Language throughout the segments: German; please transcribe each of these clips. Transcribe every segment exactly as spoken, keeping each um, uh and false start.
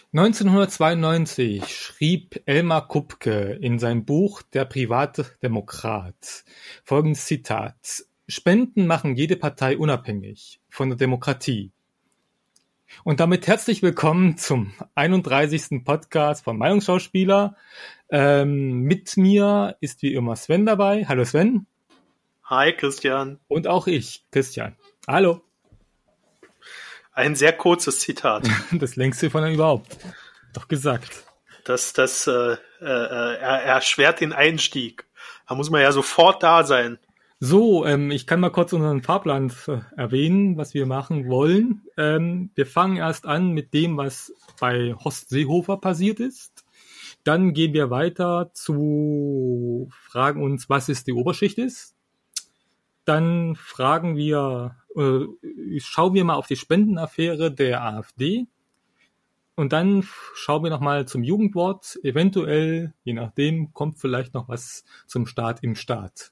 neunzehnhundertzweiundneunzig schrieb Elmar Kupke in seinem Buch Der Privatdemokrat folgendes Zitat: Spenden machen jede Partei unabhängig von der Demokratie. Und damit herzlich willkommen zum einunddreißigsten Podcast von Meinungsschauspieler. Ähm, mit mir ist wie immer Sven dabei. Hallo Sven. Hi Christian. Und auch ich, Christian. Hallo. Ein sehr kurzes Zitat. Das längste von überhaupt. Doch gesagt. Das, das äh, äh, er, erschwert den Einstieg. Da muss man ja sofort da sein. So, ähm, ich kann mal kurz unseren Fahrplan äh, erwähnen, was wir machen wollen. Ähm, wir fangen erst an mit dem, was bei Horst Seehofer passiert ist. Dann gehen wir weiter zu fragen uns, was ist die Oberschicht ist. Dann fragen wir, äh, schauen wir mal auf die Spendenaffäre der AfD. Und dann schauen wir nochmal zum Jugendwort. Eventuell, je nachdem, kommt vielleicht noch was zum Staat im Staat.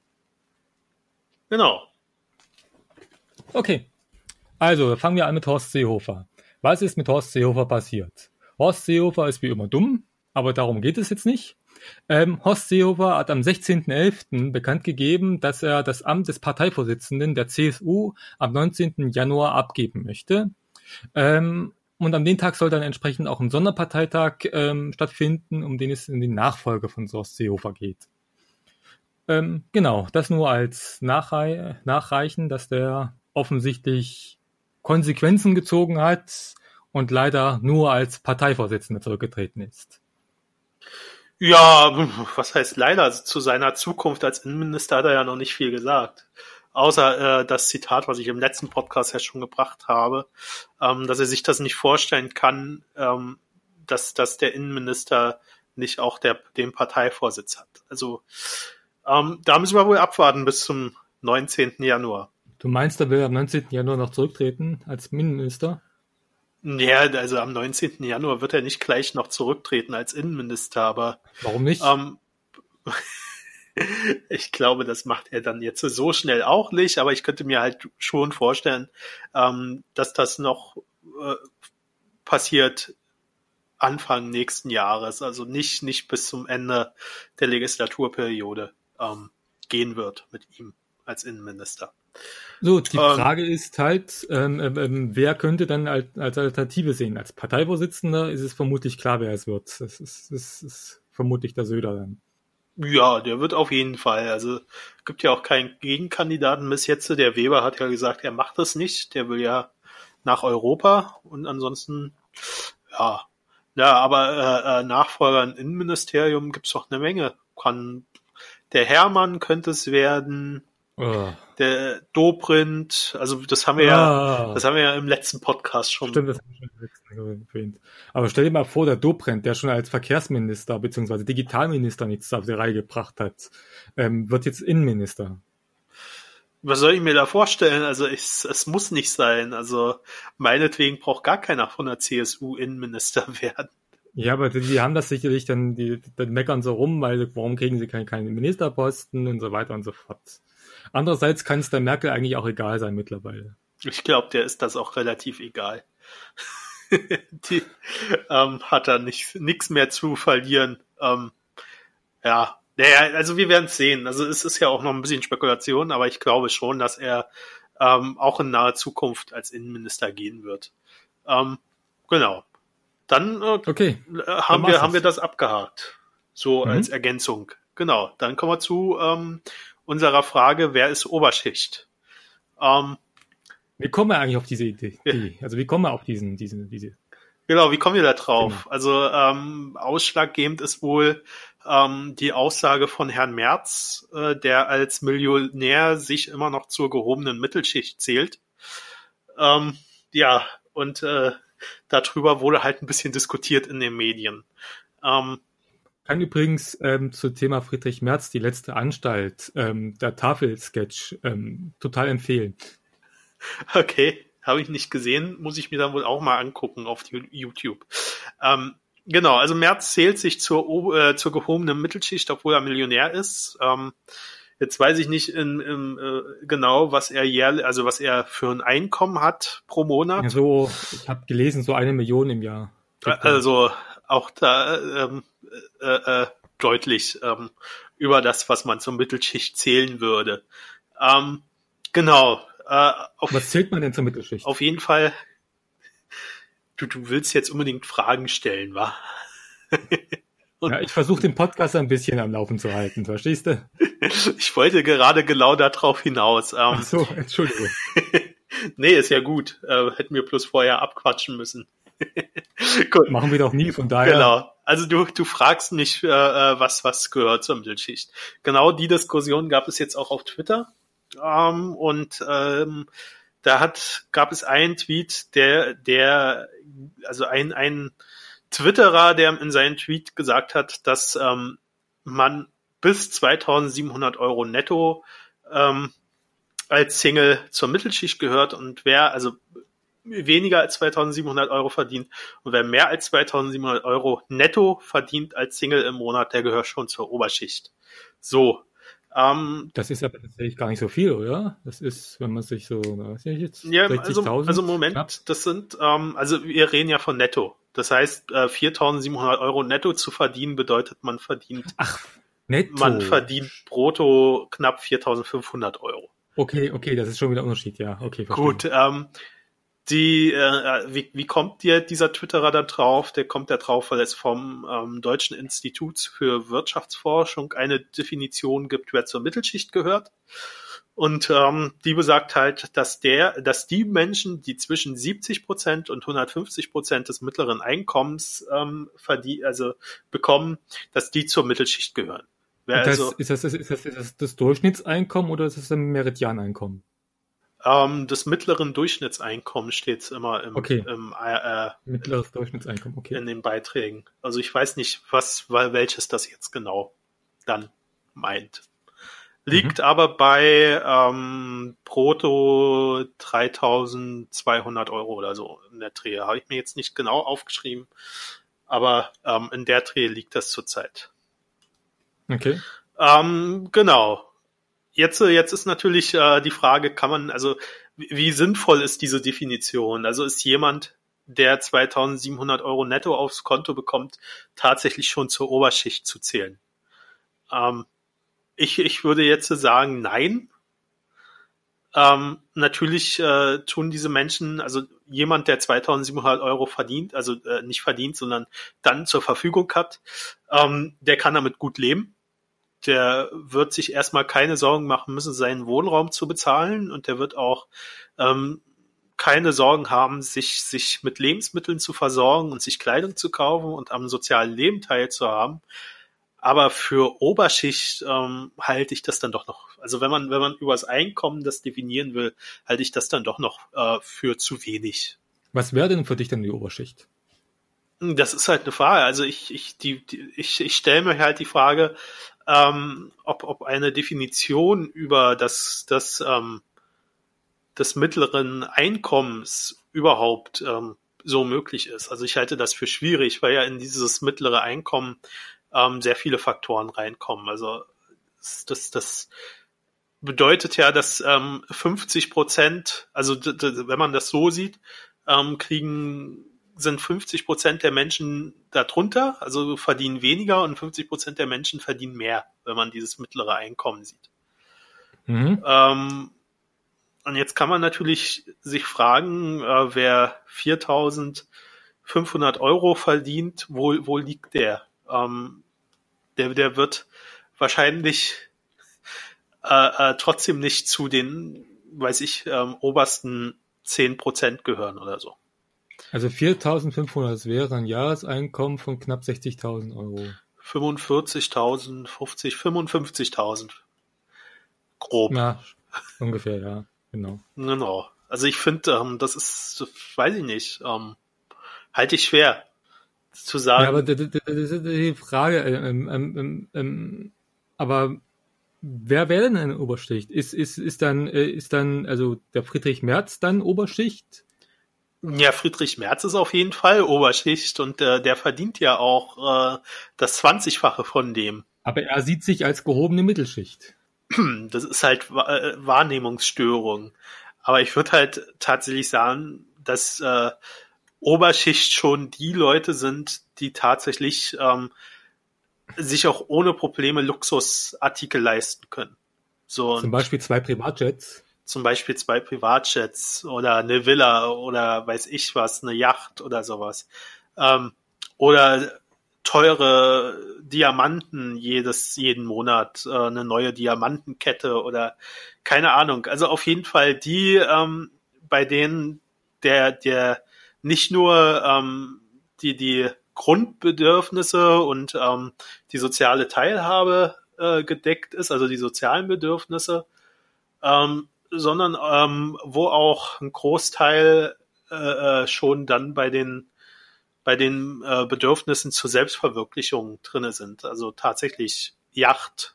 Genau. Okay, also fangen wir an mit Horst Seehofer. Was ist mit Horst Seehofer passiert? Horst Seehofer ist wie immer dumm, aber darum geht es jetzt nicht. Ähm, Horst Seehofer hat am sechzehnten elften bekannt gegeben, dass er das Amt des Parteivorsitzenden der C S U am neunzehnten Januar abgeben möchte. Ähm, und an dem Tag soll dann entsprechend auch ein Sonderparteitag ähm, stattfinden, um den es in die Nachfolge von Horst Seehofer geht. Ähm, genau, das nur als Nachrei- Nachreichen, dass der offensichtlich Konsequenzen gezogen hat und leider nur als Parteivorsitzender zurückgetreten ist. Ja, was heißt leider? Also zu seiner Zukunft als Innenminister hat er ja noch nicht viel gesagt. Außer äh, das Zitat, was ich im letzten Podcast ja schon gebracht habe, ähm, dass er sich das nicht vorstellen kann, ähm, dass, dass der Innenminister nicht auch der, den Parteivorsitz hat. Also ähm, da müssen wir wohl abwarten bis zum neunzehnten Januar. Du meinst, er will am neunzehnten Januar noch zurücktreten als Innenminister? Ja, also am neunzehnten Januar wird er nicht gleich noch zurücktreten als Innenminister, aber... Warum nicht? Ähm, ich glaube, das macht er dann jetzt so schnell auch nicht, aber ich könnte mir halt schon vorstellen, ähm, dass das noch äh, passiert Anfang nächsten Jahres, also nicht, nicht bis zum Ende der Legislaturperiode ähm, gehen wird mit ihm als Innenminister. So, die ähm, Frage ist halt, ähm, ähm, wer könnte dann als, als Alternative sehen? Als Parteivorsitzender ist es vermutlich klar, wer es wird. Das ist, das ist vermutlich der Söder dann. Ja, der wird auf jeden Fall. Also gibt ja auch keinen Gegenkandidaten bis jetzt. Der Weber hat ja gesagt, er macht das nicht. Der will ja nach Europa und ansonsten, ja, ja, aber äh, Nachfolger im Innenministerium gibt's doch eine Menge. Kann der Hermann könnte es werden. Oh. Der Dobrindt, also das haben wir oh. ja, das haben wir ja im letzten Podcast schon. Stimmt, das haben wir schon im letzten erwähnt. Aber stell dir mal vor, der Dobrindt, der schon als Verkehrsminister bzw. Digitalminister nichts auf die Reihe gebracht hat, ähm, wird jetzt Innenminister. Was soll ich mir da vorstellen? Also ich, es muss nicht sein. Also meinetwegen braucht gar keiner von der C S U Innenminister werden. Ja, aber die, die haben das sicherlich dann, die, die meckern so rum, weil warum kriegen sie keinen, keinen Ministerposten und so weiter und so fort. Andererseits kann es der Merkel eigentlich auch egal sein mittlerweile. Ich glaube, der ist das auch relativ egal. Die ähm, hat da nichts mehr zu verlieren. Ähm, ja, naja, also wir werden es sehen. Also es ist ja auch noch ein bisschen Spekulation, aber ich glaube schon, dass er ähm, auch in naher Zukunft als Innenminister gehen wird. Ähm, genau. Dann, äh, okay. haben Dann wir haben wir das abgehakt. So mhm. als Ergänzung. Genau. Dann kommen wir zu ähm, unserer Frage, wer ist Oberschicht? Ähm, wie kommen wir eigentlich auf diese Idee? Ja. Also wie kommen wir auf diesen, diesen, diese? Genau, wie kommen wir da drauf? Genau. Also ähm, ausschlaggebend ist wohl ähm, die Aussage von Herrn Merz, äh, der als Millionär sich immer noch zur gehobenen Mittelschicht zählt. Ähm, ja, und äh, darüber wurde halt ein bisschen diskutiert in den Medien. Ähm, kann übrigens ähm, zum Thema Friedrich Merz, die letzte Anstalt, ähm, der Tafelsketch, ähm, total empfehlen. Okay, habe ich nicht gesehen, muss ich mir dann wohl auch mal angucken auf YouTube. Ähm, genau, also Merz zählt sich zur, äh, zur gehobenen Mittelschicht, obwohl er Millionär ist. Ähm, jetzt weiß ich nicht in, in, äh, genau, was er jährlich, also was er für ein Einkommen hat pro Monat. Ja, so, ich habe gelesen, so eine Million im Jahr. Also auch da ähm, äh, äh, deutlich ähm, über das, was man zur Mittelschicht zählen würde. Ähm, genau. Äh, auf, Was zählt man denn zur Mittelschicht? Auf jeden Fall, du, du willst jetzt unbedingt Fragen stellen, wa? Ja, ich versuche den Podcast ein bisschen am Laufen zu halten, verstehst du? Ich wollte gerade genau darauf hinaus. Ähm, Ach so, Entschuldigung. Nee, ist ja gut. Äh, hätten wir bloß vorher abquatschen müssen. Gut. Machen wir doch nie, von daher. Genau. Also du, du fragst mich, äh, was, was gehört zur Mittelschicht. Genau die Diskussion gab es jetzt auch auf Twitter. Ähm, und ähm, da hat, gab es einen Tweet, der, der, also ein, ein Twitterer, der in seinem Tweet gesagt hat, dass ähm, man bis zweitausendsiebenhundert Euro netto ähm, als Single zur Mittelschicht gehört und wer also weniger als zweitausendsiebenhundert Euro verdient und wer mehr als zweitausendsiebenhundert Euro netto verdient als Single im Monat, der gehört schon zur Oberschicht. So. Ähm, das ist aber tatsächlich gar nicht so viel, oder? Das ist, wenn man sich so, was ist jetzt? Ja, also, also Moment, knapp? Das sind, ähm, also wir reden ja von netto. Das heißt, äh, viertausendsiebenhundert Euro netto zu verdienen bedeutet, man verdient, Ach, netto. Man verdient brutto knapp viertausendfünfhundert Euro. Okay, okay, das ist schon wieder ein Unterschied, ja. Okay, verstehe. Gut, ähm, die, äh, wie, wie kommt dir dieser Twitterer da drauf? Der kommt da drauf, weil es vom ähm, Deutschen Institut für Wirtschaftsforschung eine Definition gibt, wer zur Mittelschicht gehört. Und ähm, die besagt halt, dass der, dass die Menschen, die zwischen siebzig Prozent und hundertfünfzig Prozent des mittleren Einkommens ähm, verdien, also bekommen, dass die zur Mittelschicht gehören. Das, also, ist, das, ist, das, ist das das Durchschnittseinkommen oder ist das ein Meridianeinkommen? Ähm, des mittleren Durchschnittseinkommens steht es immer im, okay. im äh, mittleres Durchschnittseinkommen, okay. In den Beiträgen. Also ich weiß nicht, was, weil welches das jetzt genau dann meint. Liegt mhm. aber bei ähm, brutto dreitausendzweihundert Euro oder so in der Dreh. Habe ich mir jetzt nicht genau aufgeschrieben, aber ähm, in der Dreh liegt das zurzeit. Okay. Ähm, genau. Jetzt, jetzt ist natürlich äh, die Frage, kann man, also wie, wie sinnvoll ist diese Definition? Also ist jemand, der zweitausendsiebenhundert Euro netto aufs Konto bekommt, tatsächlich schon zur Oberschicht zu zählen? Ähm, ich, ich würde jetzt sagen, nein. Ähm, natürlich äh, tun diese Menschen, also jemand, der zweitausendsiebenhundert Euro verdient, also äh, nicht verdient, sondern dann zur Verfügung hat, ähm, der kann damit gut leben. Der wird sich erstmal keine Sorgen machen müssen, seinen Wohnraum zu bezahlen und der wird auch ähm, keine Sorgen haben, sich, sich mit Lebensmitteln zu versorgen und sich Kleidung zu kaufen und am sozialen Leben teilzuhaben. Aber für Oberschicht ähm, halte ich das dann doch noch, also wenn man wenn man über das Einkommen das definieren will, halte ich das dann doch noch äh, für zu wenig. Was wäre denn für dich denn die Oberschicht? Das ist halt eine Frage. Also ich ich die, die ich ich stelle mir halt die Frage, ähm, ob ob eine Definition über das das ähm, des mittleren Einkommens überhaupt ähm, so möglich ist. Also ich halte das für schwierig, weil ja in dieses mittlere Einkommen ähm, sehr viele Faktoren reinkommen. Also das das bedeutet ja, dass ähm, fünfzig Prozent, also d- d- wenn man das so sieht, ähm, kriegen sind fünfzig Prozent der Menschen darunter, also verdienen weniger und fünfzig Prozent der Menschen verdienen mehr, wenn man dieses mittlere Einkommen sieht. Mhm. Ähm, und jetzt kann man natürlich sich fragen, äh, wer viertausendfünfhundert Euro verdient, wo, wo liegt der? Ähm, der, der wird wahrscheinlich äh, äh, trotzdem nicht zu den, weiß ich, ähm, obersten zehn Prozent gehören oder so. Also viertausendfünfhundert wäre ein Jahreseinkommen von knapp sechzigtausend Euro. fünfundvierzigtausend, fünfzig, fünfundfünfzigtausend. Grob. Ja, ungefähr, ja, genau. Genau. Also ich finde, ähm, das ist, weiß ich nicht, ähm, halte ich schwer zu sagen. Ja, aber das ist die Frage, ähm, ähm, ähm, aber wer wäre denn eine Oberschicht? Ist, ist, ist dann, ist dann, also der Friedrich Merz dann Oberschicht? Ja, Friedrich Merz ist auf jeden Fall Oberschicht und äh, der verdient ja auch äh, das zwanzigfache von dem. Aber er sieht sich als gehobene Mittelschicht. Das ist halt äh, Wahrnehmungsstörung. Aber ich würde halt tatsächlich sagen, dass äh, Oberschicht schon die Leute sind, die tatsächlich ähm, sich auch ohne Probleme Luxusartikel leisten können. So, Zum Beispiel zwei Privatjets. Zum Beispiel zwei Privatjets oder eine Villa oder weiß ich was, eine Yacht oder sowas. Ähm, oder teure Diamanten jedes, jeden Monat, äh, eine neue Diamantenkette oder keine Ahnung. Also auf jeden Fall die, ähm, bei denen der, der nicht nur ähm, die, die Grundbedürfnisse und ähm, die soziale Teilhabe äh, gedeckt ist, also die sozialen Bedürfnisse, ähm, sondern ähm, wo auch ein Großteil äh, schon dann bei den bei den äh, Bedürfnissen zur Selbstverwirklichung drinne sind. Also tatsächlich Yacht,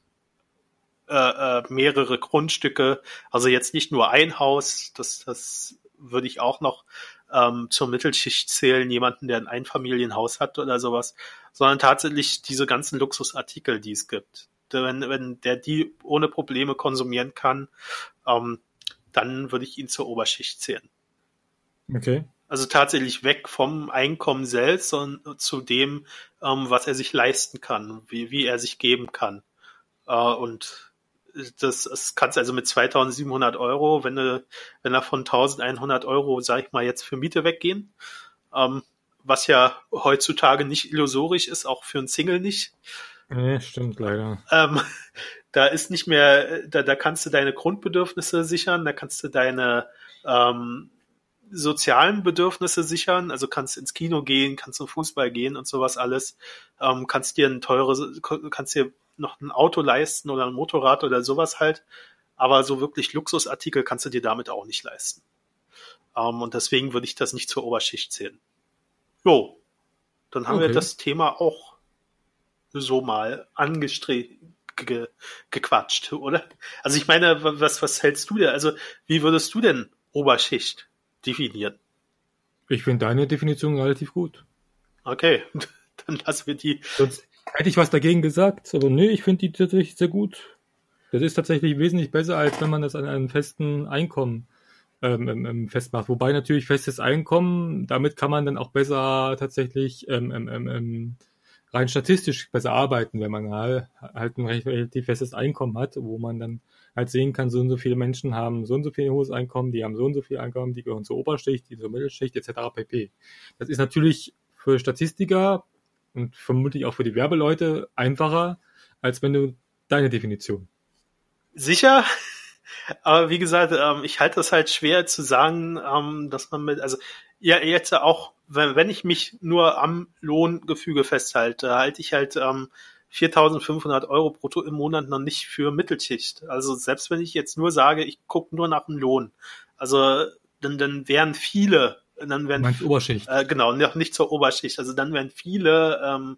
äh, äh, mehrere Grundstücke, also jetzt nicht nur ein Haus, das, das würde ich auch noch ähm, zur Mittelschicht zählen, jemanden, der ein Einfamilienhaus hat oder sowas, sondern tatsächlich diese ganzen Luxusartikel, die es gibt. Wenn, wenn der die ohne Probleme konsumieren kann, ähm, dann würde ich ihn zur Oberschicht zählen. Okay. Also tatsächlich weg vom Einkommen selbst, sondern zu dem, ähm, was er sich leisten kann, wie, wie er sich geben kann. Äh, und das, das kannst also mit zweitausendsiebenhundert Euro, wenn du, wenn da von eintausendeinhundert Euro, sag ich mal, jetzt für Miete weggehen, ähm, was ja heutzutage nicht illusorisch ist, auch für einen Single nicht. Nee, stimmt leider. Ähm, da ist nicht mehr, da, da kannst du deine Grundbedürfnisse sichern, da kannst du deine ähm, sozialen Bedürfnisse sichern, also kannst ins Kino gehen, kannst zum Fußball gehen und sowas alles, ähm, kannst dir ein teures, kannst dir noch ein Auto leisten oder ein Motorrad oder sowas halt, aber so wirklich Luxusartikel kannst du dir damit auch nicht leisten. Ähm, und deswegen würde ich das nicht zur Oberschicht zählen. Jo, dann haben Okay. wir das Thema auch so mal angestrebt, ge, gequatscht, oder? Also ich meine, was, was hältst du denn? Also wie würdest du denn Oberschicht definieren? Ich finde deine Definition relativ gut. Okay, dann lassen wir die. Sonst hätte ich was dagegen gesagt, aber nee, ich finde die tatsächlich sehr gut. Das ist tatsächlich wesentlich besser, als wenn man das an einem festen Einkommen ähm, ähm, festmacht. Wobei natürlich festes Einkommen, damit kann man dann auch besser tatsächlich ähm, ähm, ähm, rein statistisch besser arbeiten, wenn man halt ein relativ festes Einkommen hat, wo man dann halt sehen kann, so und so viele Menschen haben so und so viel hohes Einkommen, die haben so und so viel Einkommen, die gehören zur Oberschicht, die zur Mittelschicht et cetera pp. Das ist natürlich für Statistiker und vermutlich auch für die Werbeleute einfacher, als wenn du deine Definition. Sicher, aber wie gesagt, ähm, ich halte das halt schwer zu sagen, ähm, dass man mit, also ja jetzt auch, wenn, wenn ich mich nur am Lohngefüge festhalte, halte ich halt ähm, viertausendfünfhundert Euro brutto im Monat noch nicht für Mittelschicht. Also selbst wenn ich jetzt nur sage, ich gucke nur nach dem Lohn, also dann, dann wären viele, dann wären Meinst Oberschicht? Äh, genau, noch nicht zur Oberschicht. Also dann wären viele ähm,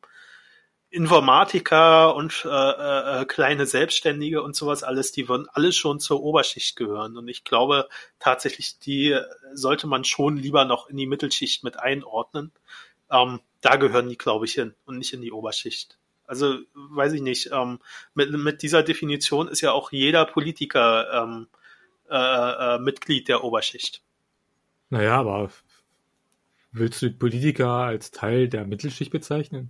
Informatiker und äh, äh, kleine Selbstständige und sowas alles, die würden alle schon zur Oberschicht gehören. Und ich glaube tatsächlich, die sollte man schon lieber noch in die Mittelschicht mit einordnen. Ähm, da gehören die, glaube ich, hin und nicht in die Oberschicht. Also weiß ich nicht. Ähm, mit, mit dieser Definition ist ja auch jeder Politiker ähm, äh, äh, Mitglied der Oberschicht. Naja, aber willst du Politiker als Teil der Mittelschicht bezeichnen?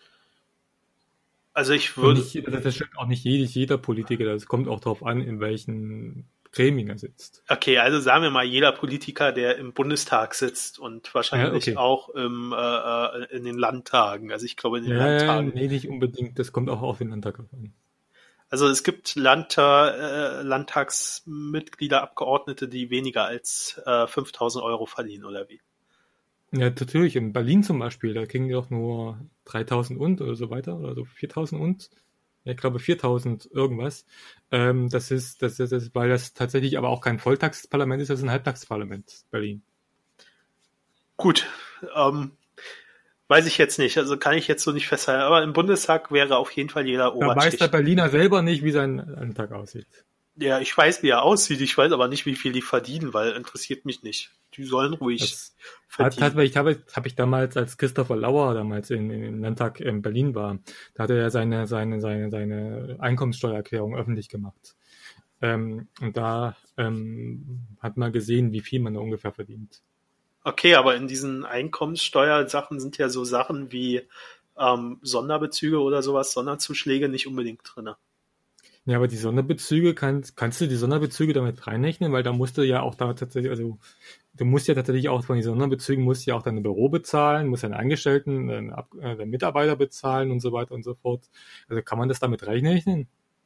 Also ich würde. Nicht, das stimmt auch nicht jeder, jeder Politiker, das kommt auch darauf an, in welchen Gremien er sitzt. Okay, also sagen wir mal, jeder Politiker, der im Bundestag sitzt und wahrscheinlich ja, okay. auch im, äh, in den Landtagen. Also ich glaube in den ja, Landtagen. Nee, nicht unbedingt, das kommt auch auf den Landtag an. Also es gibt Landtag, äh, Landtagsmitglieder, Abgeordnete, die weniger als äh, fünftausend Euro verdienen, oder wie? Ja, natürlich. In Berlin zum Beispiel, da kriegen die auch nur dreitausend und oder so weiter, oder so viertausend und. Ja, ich glaube viertausend irgendwas. Ähm, das ist, das ist, das ist, weil das tatsächlich aber auch kein Volltagsparlament ist, das ist ein Halbtagsparlament, Berlin. Gut, ähm, weiß ich jetzt nicht, also kann ich jetzt so nicht festhalten, aber im Bundestag wäre auf jeden Fall jeder Oberschicht. Da weiß der Berliner selber nicht, wie sein Landtag aussieht. Ja, ich weiß, wie er aussieht, ich weiß aber nicht, wie viel die verdienen, weil interessiert mich nicht. Die sollen ruhig das verdienen. Hat, hat, ich habe hab ich damals, als Christopher Lauer damals in, in, im Landtag in Berlin war, da hat er ja seine, seine, seine, seine Einkommenssteuererklärung öffentlich gemacht. Ähm, und da ähm, hat man gesehen, wie viel man da ungefähr verdient. Okay, aber in diesen Einkommenssteuersachen sind ja so Sachen wie ähm, Sonderbezüge oder sowas, Sonderzuschläge nicht unbedingt drinne. Ja, aber die Sonderbezüge, kannst, kannst du die Sonderbezüge damit reinrechnen? Weil da musst du ja auch da tatsächlich, also du musst ja tatsächlich auch von den Sonderbezügen, musst ja auch deine Büro bezahlen, musst deine Angestellten, deine, Ab- äh, deine Mitarbeiter bezahlen und so weiter und so fort. Also kann man das damit reinrechnen?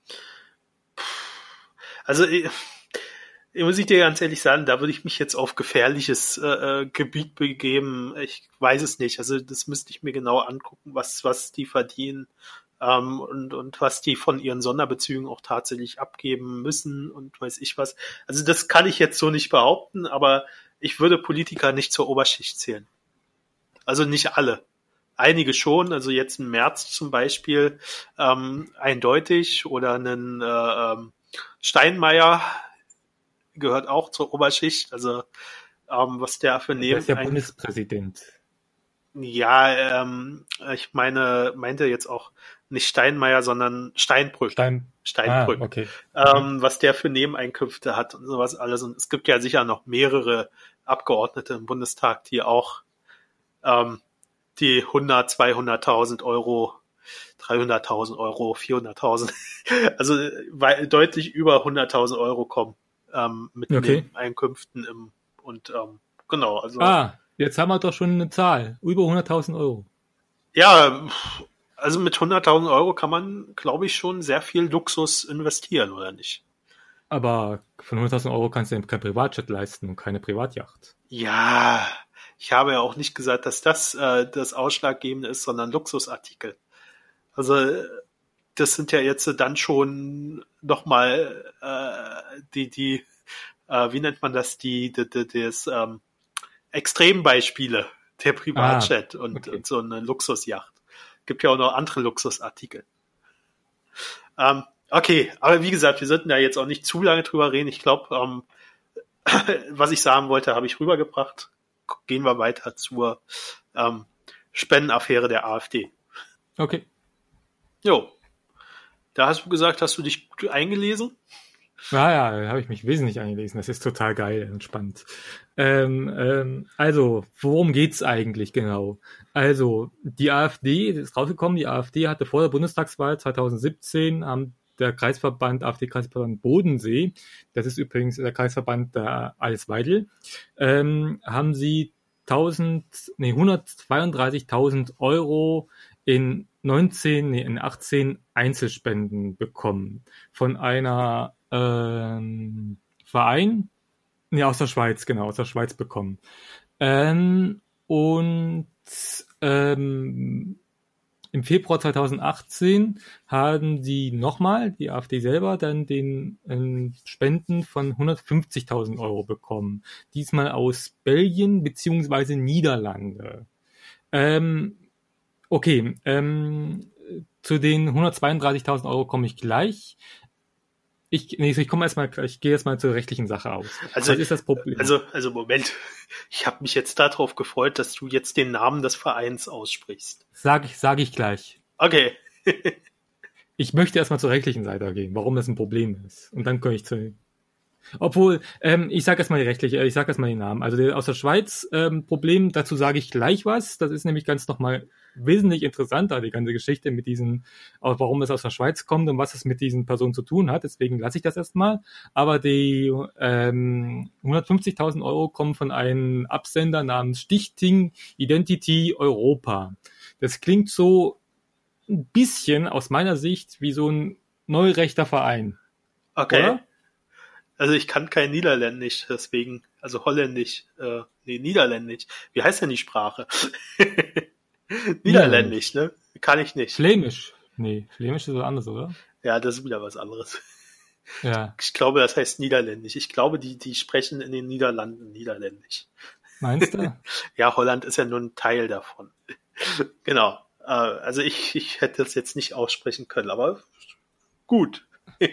Also ich, ich muss ich dir ganz ehrlich sagen, da würde ich mich jetzt auf gefährliches äh, äh, Gebiet begeben. Ich weiß es nicht. Also das müsste ich mir genau angucken, was was die verdienen ähm, und und was die von ihren Sonderbezügen auch tatsächlich abgeben müssen und weiß ich was. Also das kann ich jetzt so nicht behaupten, aber ich würde Politiker nicht zur Oberschicht zählen. Also nicht alle. Einige schon, also jetzt im März zum Beispiel ähm, eindeutig oder einen äh, ähm, Steinmeier gehört auch zur Oberschicht, also ähm, was der für Der ist Nehmen ja ein, Bundespräsident. ja, ähm, ich meine, meinte jetzt auch nicht Steinmeier, sondern Steinbrück. Stein. Ah, Steinbrück, okay. Mhm. ähm, was der für Nebeneinkünfte hat und sowas alles. Und es gibt ja sicher noch mehrere Abgeordnete im Bundestag, die auch ähm, die hundert, zweihunderttausend Euro, dreihunderttausend Euro, vierhunderttausend, also weil deutlich über hunderttausend Euro kommen ähm, mit Okay. Nebeneinkünften im und ähm, genau, also Ah, jetzt haben wir doch schon eine Zahl. Über hunderttausend Euro. ja, also mit hunderttausend Euro kann man, glaube ich, schon sehr viel Luxus investieren, oder nicht? Aber von hunderttausend Euro kannst du eben kein Privatjet leisten und keine Privatjacht. Ja, ich habe ja auch nicht gesagt, dass das äh, das Ausschlaggebende ist, sondern Luxusartikel. Also äh, das sind ja jetzt dann schon nochmal äh, die, die, äh, wie nennt man das, die, die, die das ähm, Extrembeispiele, der Ah, Privatjet und, okay. und so eine Luxusjacht. Gibt ja auch noch andere Luxusartikel. Ähm, okay, aber wie gesagt, wir sollten da jetzt auch nicht zu lange drüber reden. Ich glaube, ähm, was ich sagen wollte, habe ich rübergebracht. Gehen wir weiter zur ähm, Spendenaffäre der AfD. Okay. Jo, da hast du gesagt, hast du dich gut eingelesen? Ja, ja, da habe ich mich wesentlich eingelesen. Das ist total geil und spannend. Ähm, ähm, also, worum geht's eigentlich genau? Also, die AfD ist rausgekommen. Die AfD hatte vor der Bundestagswahl zwanzig siebzehn am der Kreisverband, AfD-Kreisverband Bodensee, das ist übrigens der Kreisverband der Alice Weidel, ähm, haben sie tausend, nee, hundertzweiunddreißigtausend Euro in neunzehn, nee, in achtzehn Einzelspenden bekommen von einer ähm, Verein, nee, aus der Schweiz, genau, aus der Schweiz bekommen. Ähm, und ähm, im Februar zwanzig achtzehn haben die nochmal, die AfD selber, dann den ähm, Spenden von hundertfünfzigtausend Euro bekommen. Diesmal aus Belgien beziehungsweise Niederlande. Ähm, okay, ähm, zu den hundertzweiunddreißigtausend Euro komme ich gleich. Ich, nee, ich komme erstmal, ich gehe erstmal zur rechtlichen Sache aus. Also, Was ist das Problem? also, also Moment. Ich habe mich jetzt darauf gefreut, dass du jetzt den Namen des Vereins aussprichst. Sag ich, sage ich gleich. Okay. Ich möchte erstmal zur rechtlichen Seite gehen, warum das ein Problem ist. Und dann komme ich zu. Obwohl, ähm, ich sage erstmal die rechtliche, ich sage erstmal den Namen. Also der, aus der Schweiz ähm, Problem, dazu sage ich gleich was. Das ist nämlich ganz nochmal wesentlich interessanter, die ganze Geschichte mit diesen, auch warum es aus der Schweiz kommt und was es mit diesen Personen zu tun hat. Deswegen lasse ich das erstmal. Aber die ähm, hundertfünfzigtausend Euro kommen von einem Absender namens Stichting Identity Europa. Das klingt so ein bisschen aus meiner Sicht wie so ein neurechter Verein. Okay. Oder? Also ich kann kein Niederländisch, deswegen, also Holländisch, äh, nee, Niederländisch. Wie heißt denn die Sprache? Niederländisch, ne? Kann ich nicht. Flämisch. Nee, Flämisch ist was anderes, oder? Ja, das ist wieder was anderes. Ja. Ich glaube, das heißt Niederländisch. Ich glaube, die, die sprechen in den Niederlanden Niederländisch. Meinst du? Ja, Holland ist ja nur ein Teil davon. Genau. Äh, also ich, ich hätte das jetzt nicht aussprechen können, aber gut.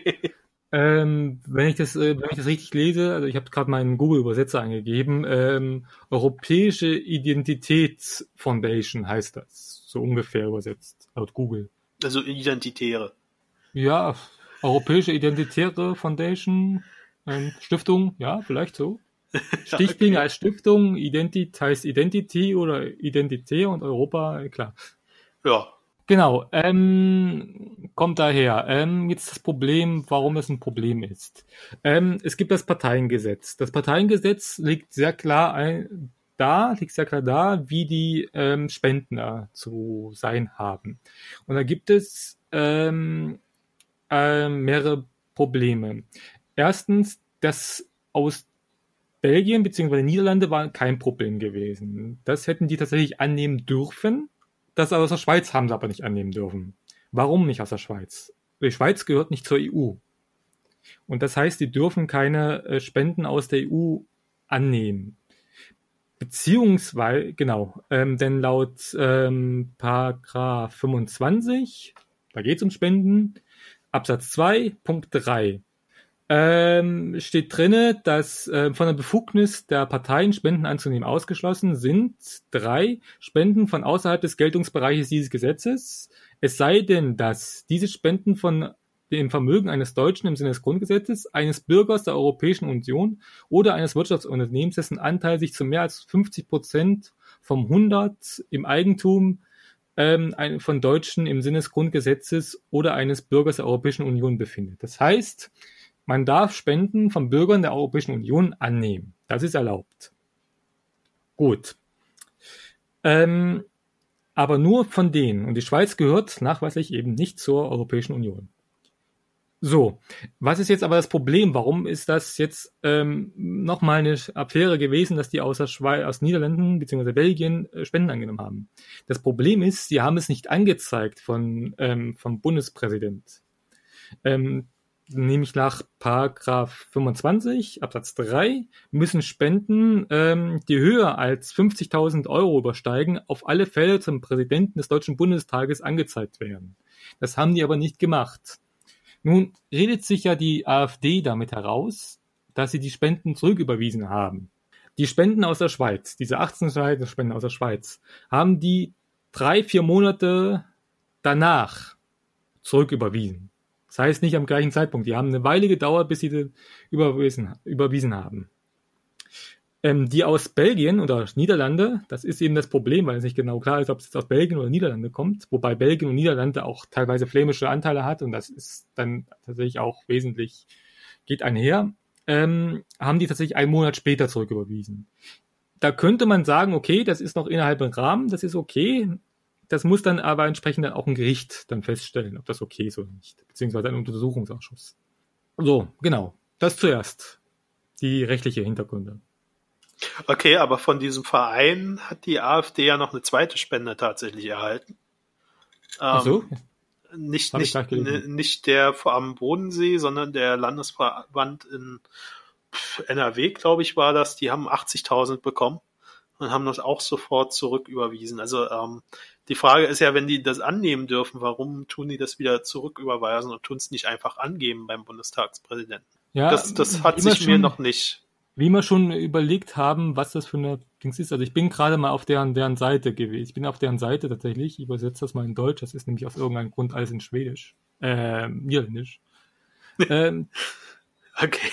ähm, wenn ich das, äh, wenn ich das richtig lese, also ich habe gerade meinen Google-Übersetzer eingegeben, ähm, Europäische Identitätsfoundation heißt das, so ungefähr übersetzt, laut Google. Also Identitäre. Ja, Europäische Identitäre Foundation, ähm, Stiftung, ja, vielleicht so. Stichting Okay. als Stiftung, Identity heißt Identity oder Identität und Europa, klar. Ja. Genau, ähm, kommt daher. Ähm, jetzt das Problem, warum es ein Problem ist. Ähm, es gibt das Parteiengesetz. Das Parteiengesetz liegt sehr klar ein, da, liegt sehr klar da, wie die ähm, Spender zu sein haben. Und da gibt es ähm, ähm, mehrere Probleme. Erstens, das aus Belgien bzw. Niederlande war kein Problem gewesen. Das hätten die tatsächlich annehmen dürfen. Das aus der Schweiz haben sie aber nicht annehmen dürfen. Warum nicht aus der Schweiz? Die Schweiz gehört nicht zur E U. Und das heißt, die dürfen keine äh, Spenden aus der E U annehmen. Beziehungsweise, genau, ähm, denn laut ähm, Paragraph fünfundzwanzig, da geht es um Spenden, Absatz zwei, Punkt drei, ähm, steht drinne, dass äh, von der Befugnis der Parteien Spenden anzunehmen ausgeschlossen sind drei Spenden von außerhalb des Geltungsbereiches dieses Gesetzes, es sei denn, dass diese Spenden von dem Vermögen eines Deutschen im Sinne des Grundgesetzes, eines Bürgers der Europäischen Union oder eines Wirtschaftsunternehmens, dessen Anteil sich zu mehr als fünfzig Prozent vom hundert im Eigentum ähm, ein, von Deutschen im Sinne des Grundgesetzes oder eines Bürgers der Europäischen Union befindet. Das heißt, man darf Spenden von Bürgern der Europäischen Union annehmen. Das ist erlaubt. Gut. Ähm, aber nur von denen. Und die Schweiz gehört nachweislich eben nicht zur Europäischen Union. So, was ist jetzt aber das Problem? Warum ist das jetzt ähm, nochmal eine Affäre gewesen, dass die aus, der Schweiz, aus Niederlanden bzw. Belgien äh, Spenden angenommen haben? Das Problem ist, sie haben es nicht angezeigt von, ähm, vom Bundespräsident. Ähm, nämlich nach Paragraph fünfundzwanzig Absatz drei müssen Spenden, ähm, die höher als fünfzigtausend Euro übersteigen, auf alle Fälle zum Präsidenten des Deutschen Bundestages angezeigt werden. Das haben die aber nicht gemacht. Nun redet sich ja die AfD damit heraus, dass sie die Spenden zurücküberwiesen haben. Die Spenden aus der Schweiz, diese achtzehn Spenden aus der Schweiz, haben die drei, vier Monate danach zurücküberwiesen. Das heißt nicht am gleichen Zeitpunkt. Die haben eine Weile gedauert, bis sie das überwiesen, überwiesen haben. Ähm, die aus Belgien oder Niederlande, das ist eben das Problem, weil es nicht genau klar ist, ob es jetzt aus Belgien oder Niederlande kommt, wobei Belgien und Niederlande auch teilweise flämische Anteile hat und das ist dann tatsächlich auch wesentlich, geht einher, ähm, haben die tatsächlich einen Monat später zurücküberwiesen. Da könnte man sagen, okay, das ist noch innerhalb des Rahmens, das ist okay. Das muss dann aber entsprechend dann auch ein Gericht dann feststellen, ob das okay ist oder nicht, beziehungsweise ein Untersuchungsausschuss. So, genau. Das zuerst. Die rechtliche Hintergründe. Okay, aber von diesem Verein hat die AfD ja noch eine zweite Spende tatsächlich erhalten. Ach so? Ähm, nicht, Hab ich nicht, gleich gelesen. nicht der am Bodensee, sondern der Landesverband in N R W, glaube ich, war das. Die haben achtzigtausend bekommen und haben das auch sofort zurücküberwiesen. Also ähm, die Frage ist ja, wenn die das annehmen dürfen, warum tun die das wieder zurücküberweisen und tun es nicht einfach angeben beim Bundestagspräsidenten? Ja, Das, das hat wie wir sich mir schon, noch nicht. wie wir schon überlegt haben, was das für eine Dings ist. Also ich bin gerade mal auf deren, deren Seite gewesen. Ich bin auf deren Seite tatsächlich. Ich übersetze das mal in Deutsch. Das ist nämlich aus irgendeinem Grund alles in Schwedisch. Äh, Niederländisch. ähm, Okay.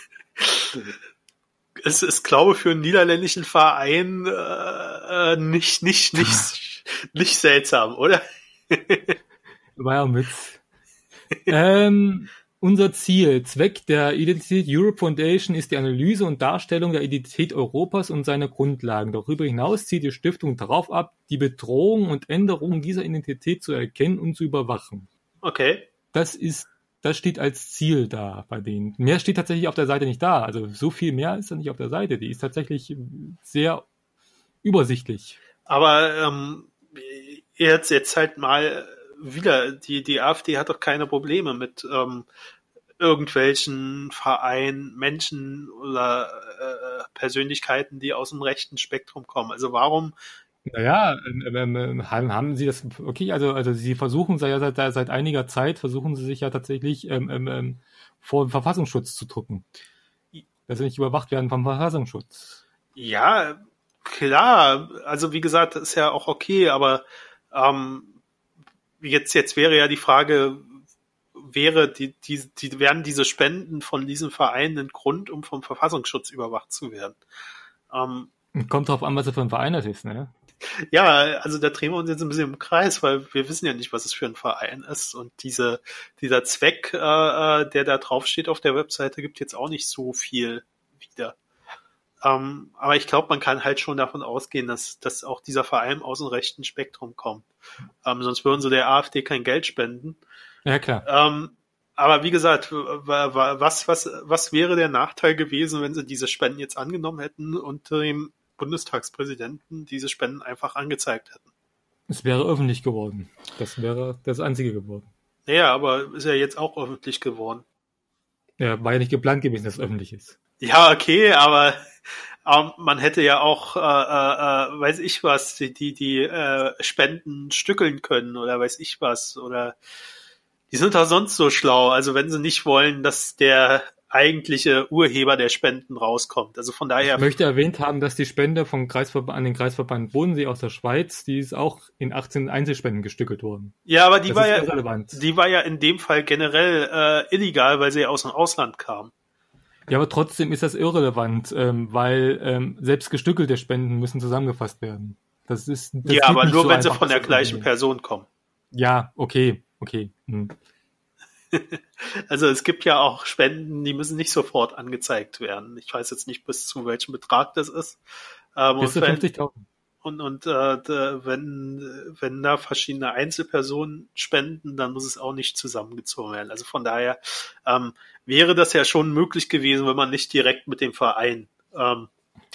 Es ist, glaube ich, für einen niederländischen Verein äh, nicht, nicht, nicht, nicht seltsam, oder? war ja ein Witz. ähm, unser Ziel, Zweck der Identität Europe Foundation ist die Analyse und Darstellung der Identität Europas und seiner Grundlagen. Darüber hinaus zielt die Stiftung darauf ab, die Bedrohung und Änderung dieser Identität zu erkennen und zu überwachen. Okay. Das ist, das steht als Ziel da bei denen. Mehr steht tatsächlich auf der Seite nicht da. Also so viel mehr ist da nicht auf der Seite. Die ist tatsächlich sehr übersichtlich. Aber ähm, jetzt, jetzt halt mal wieder, die, die AfD hat doch keine Probleme mit ähm, irgendwelchen Vereinen, Menschen oder äh, Persönlichkeiten, die aus dem rechten Spektrum kommen. Also warum? Naja, ähm, ähm, haben, haben Sie das okay? Also, also Sie versuchen ja seit, seit einiger Zeit, versuchen Sie sich ja tatsächlich ähm, ähm, vor Verfassungsschutz zu drücken. Dass Sie nicht überwacht werden vom Verfassungsschutz. Ja, klar. Also wie gesagt, das ist ja auch okay, aber ähm, jetzt, jetzt wäre ja die Frage, wäre die, die, die wären diese Spenden von diesen Vereinen ein Grund, um vom Verfassungsschutz überwacht zu werden. Ähm, Kommt drauf an, was er für ein Verein das ist, ne? Ja, also da drehen wir uns jetzt ein bisschen im Kreis, weil wir wissen ja nicht, was es für ein Verein ist. Und diese, dieser Zweck, äh, der da draufsteht auf der Webseite, gibt jetzt auch nicht so viel wieder. Ähm, aber ich glaube, man kann halt schon davon ausgehen, dass, dass auch dieser Verein aus dem rechten Spektrum kommt. Ähm, sonst würden sie der AfD kein Geld spenden. Ja, klar. Ähm, aber wie gesagt, was, was, was wäre der Nachteil gewesen, wenn sie diese Spenden jetzt angenommen hätten und dem Bundestagspräsidenten diese Spenden einfach angezeigt hätten? Es wäre öffentlich geworden. Das wäre das Einzige geworden. Naja, aber ist ja jetzt auch öffentlich geworden. Ja, war ja nicht geplant gewesen, dass es öffentlich ist. Ja, okay, aber ähm, man hätte ja auch, äh, äh, weiß ich was, die, die, die äh, Spenden stückeln können oder weiß ich was. Oder die sind doch sonst so schlau. Also wenn sie nicht wollen, dass der eigentliche Urheber der Spenden rauskommt. Also von daher. Ich möchte erwähnt haben, dass die Spende vom Kreisverband, an den Kreisverband Bodensee aus der Schweiz, die ist auch in achtzehn Einzelspenden gestückelt worden. Ja, aber die das war ja, irrelevant. die war ja in dem Fall generell äh, illegal, weil sie ja aus dem Ausland kam. Ja, aber trotzdem ist das irrelevant, ähm, weil ähm, selbst gestückelte Spenden müssen zusammengefasst werden. Das ist das ja, aber nur so wenn sie einfach, von der gleichen Person kommen. Ja, okay, okay. Hm. Also es gibt ja auch Spenden, die müssen nicht sofort angezeigt werden. Ich weiß jetzt nicht, bis zu welchem Betrag das ist. Ähm, bis zu fünfzigtausend. Und, und äh, wenn, wenn da verschiedene Einzelpersonen spenden, dann muss es auch nicht zusammengezogen werden. Also von daher ähm, wäre das ja schon möglich gewesen, wenn man nicht direkt mit dem Verein ähm,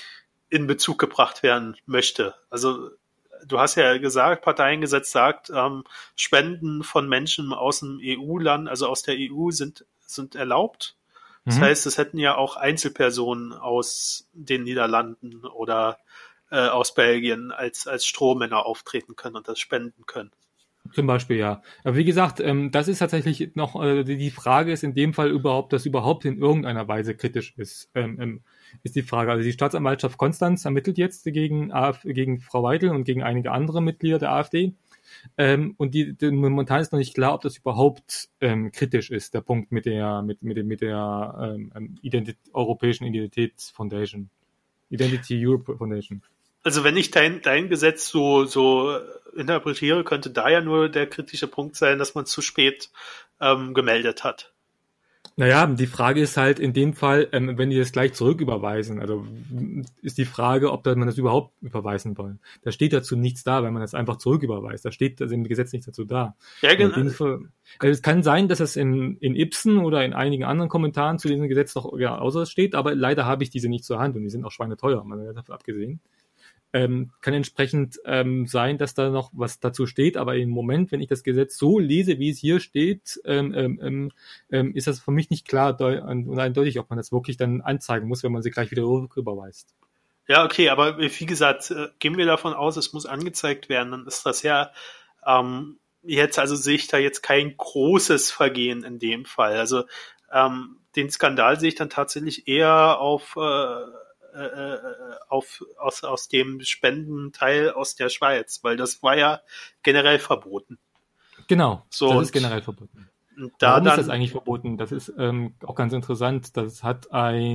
in Bezug gebracht werden möchte. Also du hast ja gesagt, Parteiengesetz sagt, ähm, Spenden von Menschen aus dem E U-Land, also aus der E U, sind, sind erlaubt. Das mhm. heißt, es hätten ja auch Einzelpersonen aus den Niederlanden oder äh, aus Belgien als, als Strohmänner auftreten können und das spenden können. Zum Beispiel, ja. Aber wie gesagt, ähm, das ist tatsächlich noch, äh, die Frage ist in dem Fall überhaupt, dass überhaupt in irgendeiner Weise kritisch ist, ähm, ähm, ist die Frage. Also die Staatsanwaltschaft Konstanz ermittelt jetzt gegen, AfD, gegen Frau Weidel und gegen einige andere Mitglieder der AfD. Ähm, und die, die, momentan ist noch nicht klar, ob das überhaupt ähm, kritisch ist, der Punkt mit der, mit, mit, mit der ähm, Identität, Europäischen Identitätsfoundation. Identity Europe Foundation. Also wenn ich dein, dein Gesetz so, so interpretiere, könnte da ja nur der kritische Punkt sein, dass man zu spät ähm, gemeldet hat. Naja, die Frage ist halt in dem Fall, ähm, wenn die das gleich zurücküberweisen, also ist die Frage, ob man das überhaupt überweisen wollen. Da steht dazu nichts da, wenn man das einfach zurücküberweist. Da steht also im Gesetz nichts dazu da. Ja, genau. Also es kann sein, dass es in, in Ibsen oder in einigen anderen Kommentaren zu diesem Gesetz noch ja, außer steht, aber leider habe ich diese nicht zur Hand und die sind auch schweineteuer, mal davon abgesehen. Ähm, kann entsprechend ähm, sein, dass da noch was dazu steht, aber im Moment, wenn ich das Gesetz so lese, wie es hier steht, ähm, ähm, ähm, ist das für mich nicht klar und eindeutig, ob man das wirklich dann anzeigen muss, wenn man sie gleich wieder rücküberweist. Ja, okay, aber wie gesagt, äh, gehen wir davon aus, es muss angezeigt werden, dann ist das ja ähm, jetzt, also sehe ich da jetzt kein großes Vergehen in dem Fall. Also ähm, den Skandal sehe ich dann tatsächlich eher auf äh, Äh, auf, aus, aus dem Spendenteil aus der Schweiz, weil das war ja generell verboten. Genau, so, das und, ist generell verboten. Und da Warum dann, ist das eigentlich verboten? Das ist ähm, auch ganz interessant. Das hat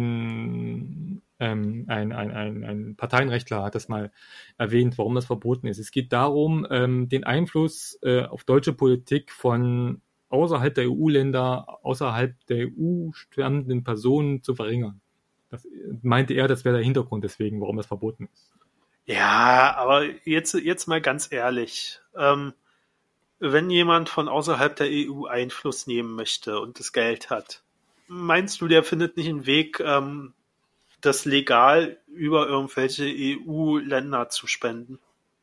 ein, ähm, ein, ein, ein, ein Parteienrechtler hat das mal erwähnt, warum das verboten ist. Es geht darum, ähm, den Einfluss äh, auf deutsche Politik von außerhalb der E U-Länder, außerhalb der E U stammenden Personen zu verringern. Das meinte er, das wäre der Hintergrund deswegen, warum das verboten ist. Ja, aber jetzt, jetzt mal ganz ehrlich. Ähm, wenn jemand von außerhalb der E U Einfluss nehmen möchte und das Geld hat, meinst du, der findet nicht einen Weg, ähm, das legal über irgendwelche E U-Länder zu spenden?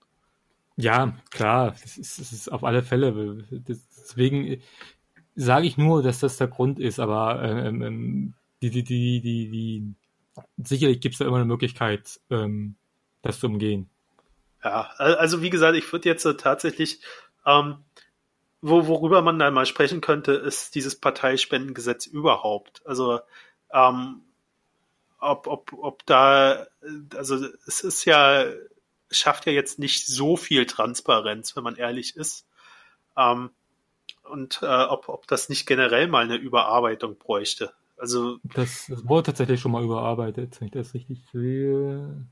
Ja, klar, das ist, das ist auf alle Fälle. Deswegen sage ich nur, dass das der Grund ist, aber ähm, die, die, die, die, die, sicherlich gibt es da immer eine Möglichkeit, ähm, das zu umgehen. Ja, also wie gesagt, ich würde jetzt tatsächlich, ähm, wo, worüber man da mal sprechen könnte, ist dieses Parteispendengesetz überhaupt. Also ähm, ob, ob, ob da, also es ist ja, schafft ja jetzt nicht so viel Transparenz, wenn man ehrlich ist. Ähm, und äh, ob, ob das nicht generell mal eine Überarbeitung bräuchte. Also Das, das wurde tatsächlich schon mal überarbeitet, wenn ich das richtig sehe.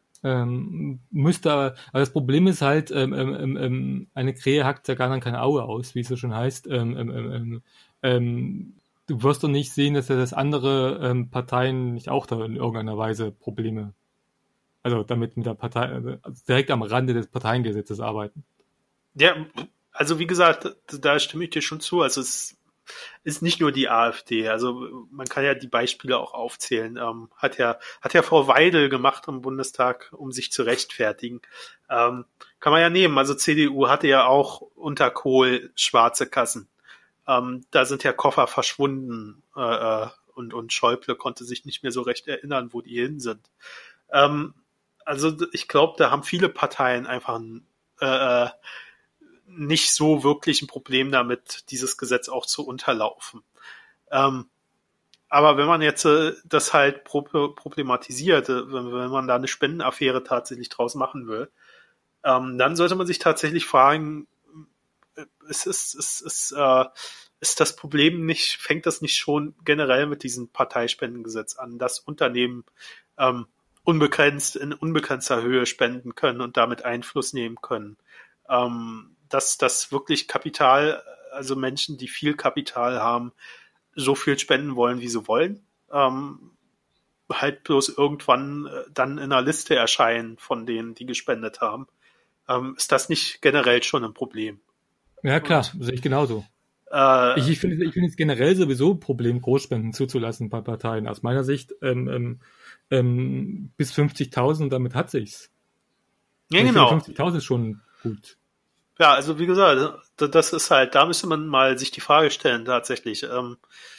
Ähm, müsste aber, aber das Problem ist halt, ähm, ähm, ähm, eine Krähe hackt ja gar dann kein Auge aus, wie es so schon heißt. Ähm, ähm, ähm, ähm, du wirst doch nicht sehen, dass ja das andere ähm, Parteien nicht auch da in irgendeiner Weise Probleme, also damit mit der Partei, also direkt am Rande des Parteiengesetzes arbeiten. ja, also wie gesagt, da stimme ich dir schon zu. Also es ist nicht nur die AfD. Also man kann ja die Beispiele auch aufzählen. Ähm, hat ja hat ja Frau Weidel gemacht im Bundestag, um sich zu rechtfertigen. Ähm, kann man ja nehmen. Also C D U hatte ja auch unter Kohl schwarze Kassen. Ähm, da sind ja Koffer verschwunden äh, äh, und und Schäuble konnte sich nicht mehr so recht erinnern, wo die hin sind. Ähm, also ich glaube, da haben viele Parteien einfach ein äh, äh, nicht so wirklich ein Problem damit, dieses Gesetz auch zu unterlaufen. Ähm, aber wenn man jetzt äh, das halt pro- problematisiert, äh, wenn, wenn man da eine Spendenaffäre tatsächlich draus machen will, ähm, dann sollte man sich tatsächlich fragen, äh, ist, ist, ist, ist, äh, ist das Problem nicht, fängt das nicht schon generell mit diesem Parteispendengesetz an, dass Unternehmen ähm, unbegrenzt in unbegrenzter Höhe spenden können und damit Einfluss nehmen können? Ähm, dass das wirklich Kapital, also Menschen, die viel Kapital haben, so viel spenden wollen, wie sie wollen, ähm, halt bloß irgendwann äh, dann in einer Liste erscheinen von denen, die gespendet haben. Ähm, ist das nicht generell schon ein Problem? Ja klar, Und sehe ich genauso. äh, Ich, ich finde ich finde es generell sowieso ein Problem, Großspenden zuzulassen bei Parteien. Aus meiner Sicht ähm, ähm, ähm, bis fünfzigtausend, damit hat sich's. ja, Also ich finde genau. fünfzigtausend ist schon gut. Ja, also wie gesagt, das ist halt, da müsste man mal sich die Frage stellen tatsächlich. Ähm,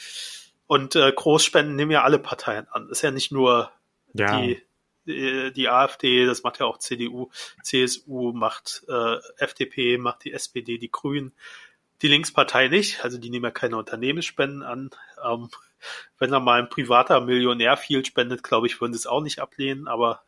und äh, Großspenden nehmen ja alle Parteien an. Ist ja nicht nur Ja, die die, die AfD, das macht ja auch C D U, C S U macht äh, F D P, macht die S P D, die Grünen, die Linkspartei nicht. Also die nehmen ja keine Unternehmensspenden an. Ähm, wenn da mal ein privater Millionär viel spendet, glaube ich, würden sie es auch nicht ablehnen. Aber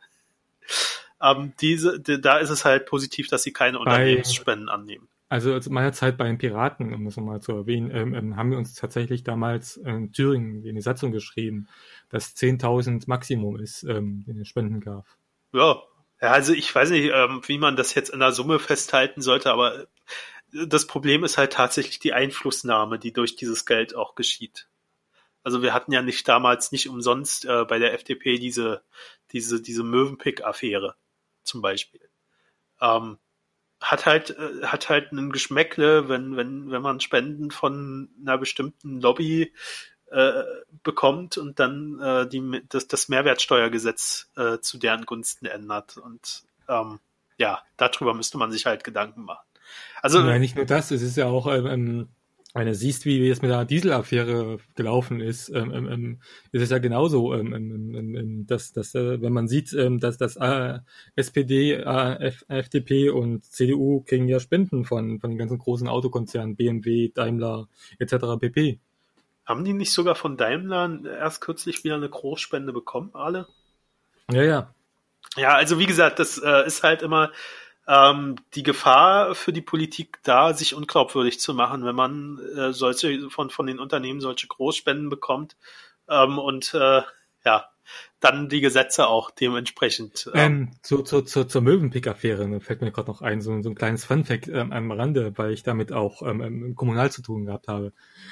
ähm, diese, die, da ist es halt positiv, dass sie keine bei, Unternehmensspenden annehmen. also zu meiner Zeit bei den Piraten, um das nochmal zu erwähnen, ähm, ähm, haben wir uns tatsächlich damals in Thüringen in die Satzung geschrieben, dass zehntausend Maximum ist, ähm, den es spenden darf. Ja, ja, also ich weiß nicht, ähm, wie man das jetzt in der Summe festhalten sollte, aber das Problem ist halt tatsächlich die Einflussnahme, die durch dieses Geld auch geschieht. Also wir hatten ja nicht damals nicht umsonst äh, bei der F D P diese diese diese Mövenpick-Affäre zum Beispiel. Ähm, hat halt äh, hat halt einen Geschmäckle, wenn wenn wenn man Spenden von einer bestimmten Lobby äh, bekommt und dann äh, die das, das Mehrwertsteuergesetz äh, zu deren Gunsten ändert und ähm, ja, darüber müsste man sich halt Gedanken machen. Also Ja, nicht nur das, es ist ja auch, ähm, ähm, wenn du siehst, wie, wie es mit der Dieselaffäre gelaufen ist, ähm, ähm, ähm, ist es ja genauso, ähm, ähm, ähm, ähm, dass, dass äh, wenn man sieht, ähm, dass das äh, S P D, äh, F, F D P und C D U kriegen ja Spenden von, von den ganzen großen Autokonzernen, B M W, Daimler et cetera pp. haben die nicht sogar von Daimler erst kürzlich wieder eine Großspende bekommen, alle? Ja, ja. Ja, also wie gesagt, das äh, ist halt immer ähm, die Gefahr für die Politik da, sich unglaubwürdig zu machen, wenn man äh, solche von von den Unternehmen solche Großspenden bekommt ähm, und äh, ja, dann die Gesetze auch dementsprechend. Ähm, Ähm, zu, zu, zu, zur Möwenpick-Affäre, ne, fällt mir gerade noch ein, so, so ein kleines Funfact ähm, am Rande, weil ich damit auch ähm, ähm, kommunal zu tun gehabt habe.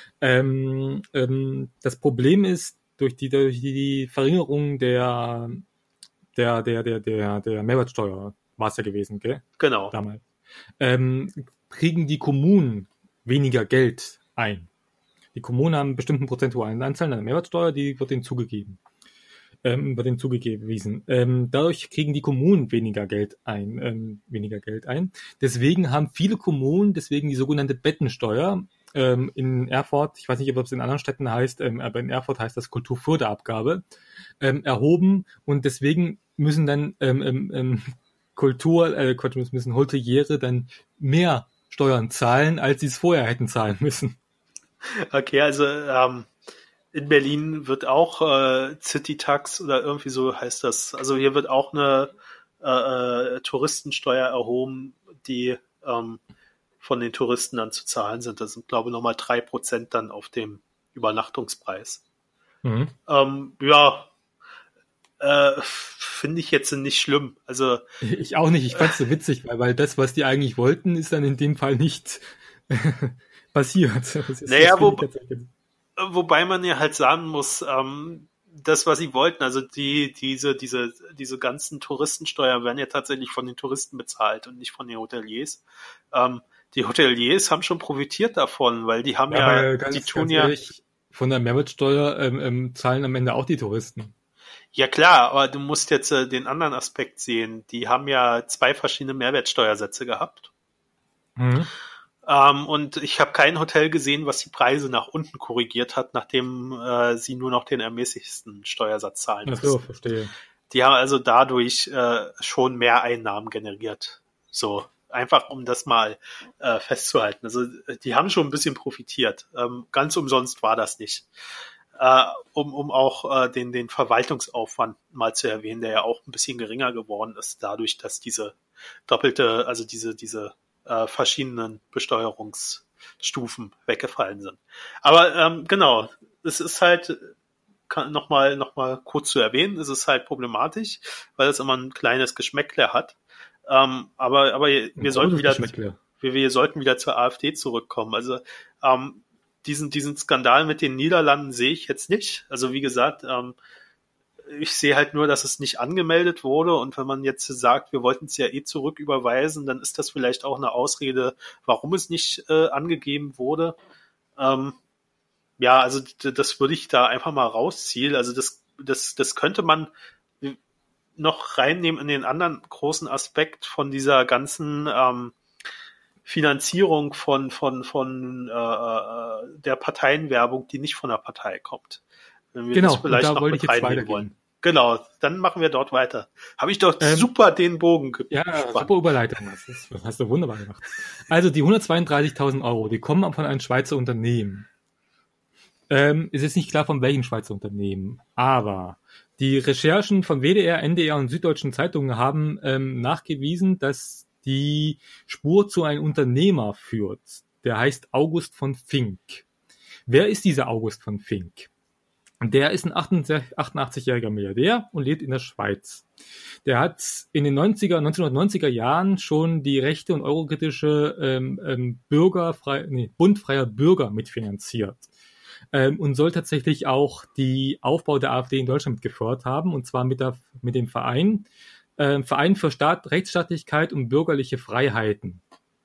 Ähm, ähm, das Problem ist, durch die, durch die Verringerung der, der, der, der, der, der Mehrwertsteuer war es ja gewesen, gell? genau. Damals. Ähm, kriegen die Kommunen weniger Geld ein. Die Kommunen haben einen bestimmten prozentualen Anteil an der Mehrwertsteuer, die wird ihnen zugegeben. Ähm, wird ihnen zugewiesen. Ähm, dadurch kriegen die Kommunen weniger Geld ein, ähm, weniger Geld ein. Deswegen haben viele Kommunen, deswegen die sogenannte Bettensteuer, ähm, in Erfurt, ich weiß nicht, ob es in anderen Städten heißt, ähm, aber in Erfurt heißt das Kulturförderabgabe, ähm, erhoben und deswegen müssen dann ähm, ähm, ähm, Kultur, äh, Quatsch, müssen Hoteliere dann mehr Steuern zahlen, als sie es vorher hätten zahlen müssen. Okay, also ähm, in Berlin wird auch äh, City-Tax oder irgendwie so heißt das. Also hier wird auch eine äh, äh, Touristensteuer erhoben, die ähm, von den Touristen dann zu zahlen sind. Das sind, glaube ich, nochmal drei Prozent dann auf dem Übernachtungspreis. Mhm. Ähm, ja, äh, finde ich jetzt nicht schlimm. Also ich auch nicht. Ich fand es so witzig, weil, weil das, was die eigentlich wollten, ist dann in dem Fall nicht passiert. Das ist, naja, wo, wobei man ja halt sagen muss, ähm, das, was sie wollten, also die, diese, diese, diese ganzen Touristensteuern werden ja tatsächlich von den Touristen bezahlt und nicht von den Hoteliers. Ähm, die Hoteliers haben schon profitiert davon, weil die haben ja, ja ganz, die tun ja ehrlich, von der Mehrwertsteuer ähm, ähm, zahlen am Ende auch die Touristen. Ja klar, aber du musst jetzt äh, den anderen Aspekt sehen. Die haben ja zwei verschiedene Mehrwertsteuersätze gehabt. Mhm. Ähm, und ich habe kein Hotel gesehen, was die Preise nach unten korrigiert hat, nachdem äh, sie nur noch den ermäßigsten Steuersatz zahlen müssen. Ach so, verstehe. Die haben also dadurch äh, schon mehr Einnahmen generiert. So, einfach um das mal äh, festzuhalten. Also die haben schon ein bisschen profitiert. Ähm, ganz umsonst war das nicht. Uh, um, um auch uh, den, den Verwaltungsaufwand mal zu erwähnen, der ja auch ein bisschen geringer geworden ist, dadurch, dass diese doppelte, also diese, diese uh, verschiedenen Besteuerungsstufen weggefallen sind. Aber ähm, genau, es ist halt, nochmal noch mal kurz zu erwähnen, es ist halt problematisch, weil es immer ein kleines Geschmäckle hat. Ähm, aber aber wir ein sollten wieder wir, wir sollten wieder zur AfD zurückkommen. Also ähm, Diesen, diesen Skandal mit den Niederlanden sehe ich jetzt nicht. Also wie gesagt, ähm, ich sehe halt nur, dass es nicht angemeldet wurde und wenn man jetzt sagt, wir wollten es ja eh zurücküberweisen, dann ist das vielleicht auch eine Ausrede, warum es nicht äh, angegeben wurde. Ähm, ja, also d- das würde ich da einfach mal rausziehen. Also das, das, das könnte man noch reinnehmen in den anderen großen Aspekt von dieser ganzen ähm, Finanzierung von von von äh, der Parteienwerbung, die nicht von der Partei kommt. Wenn wir genau, das vielleicht und da noch wollte mit ich jetzt weitergehen. Wollen. Genau, dann machen wir dort weiter. Habe ich doch ähm, super den Bogen ge- Ja, gespannt. Super Überleitung. Das, ist, das hast du wunderbar gemacht. Also die hundertzweiunddreißigtausend Euro, die kommen von einem Schweizer Unternehmen. Ähm, es ist nicht klar, von welchem Schweizer Unternehmen, aber die Recherchen von W D R, N D R und Süddeutschen Zeitungen haben ähm, nachgewiesen, dass die Spur zu einem Unternehmer führt. Der heißt August von Fink. Wer ist dieser August von Fink? Der ist ein achtundachtzig-jähriger Milliardär und lebt in der Schweiz. Der hat in den neunziger, neunzehnhundertneunziger Jahren schon die rechte und eurokritische ähm, ähm, Bürgerfrei, nee, Bund freier Bürger mitfinanziert. Ähm, und soll tatsächlich auch die Aufbau der AfD in Deutschland mitgefördert haben, und zwar mit, der, mit dem Verein äh, Verein für Staat, Rechtsstaatlichkeit und bürgerliche Freiheiten.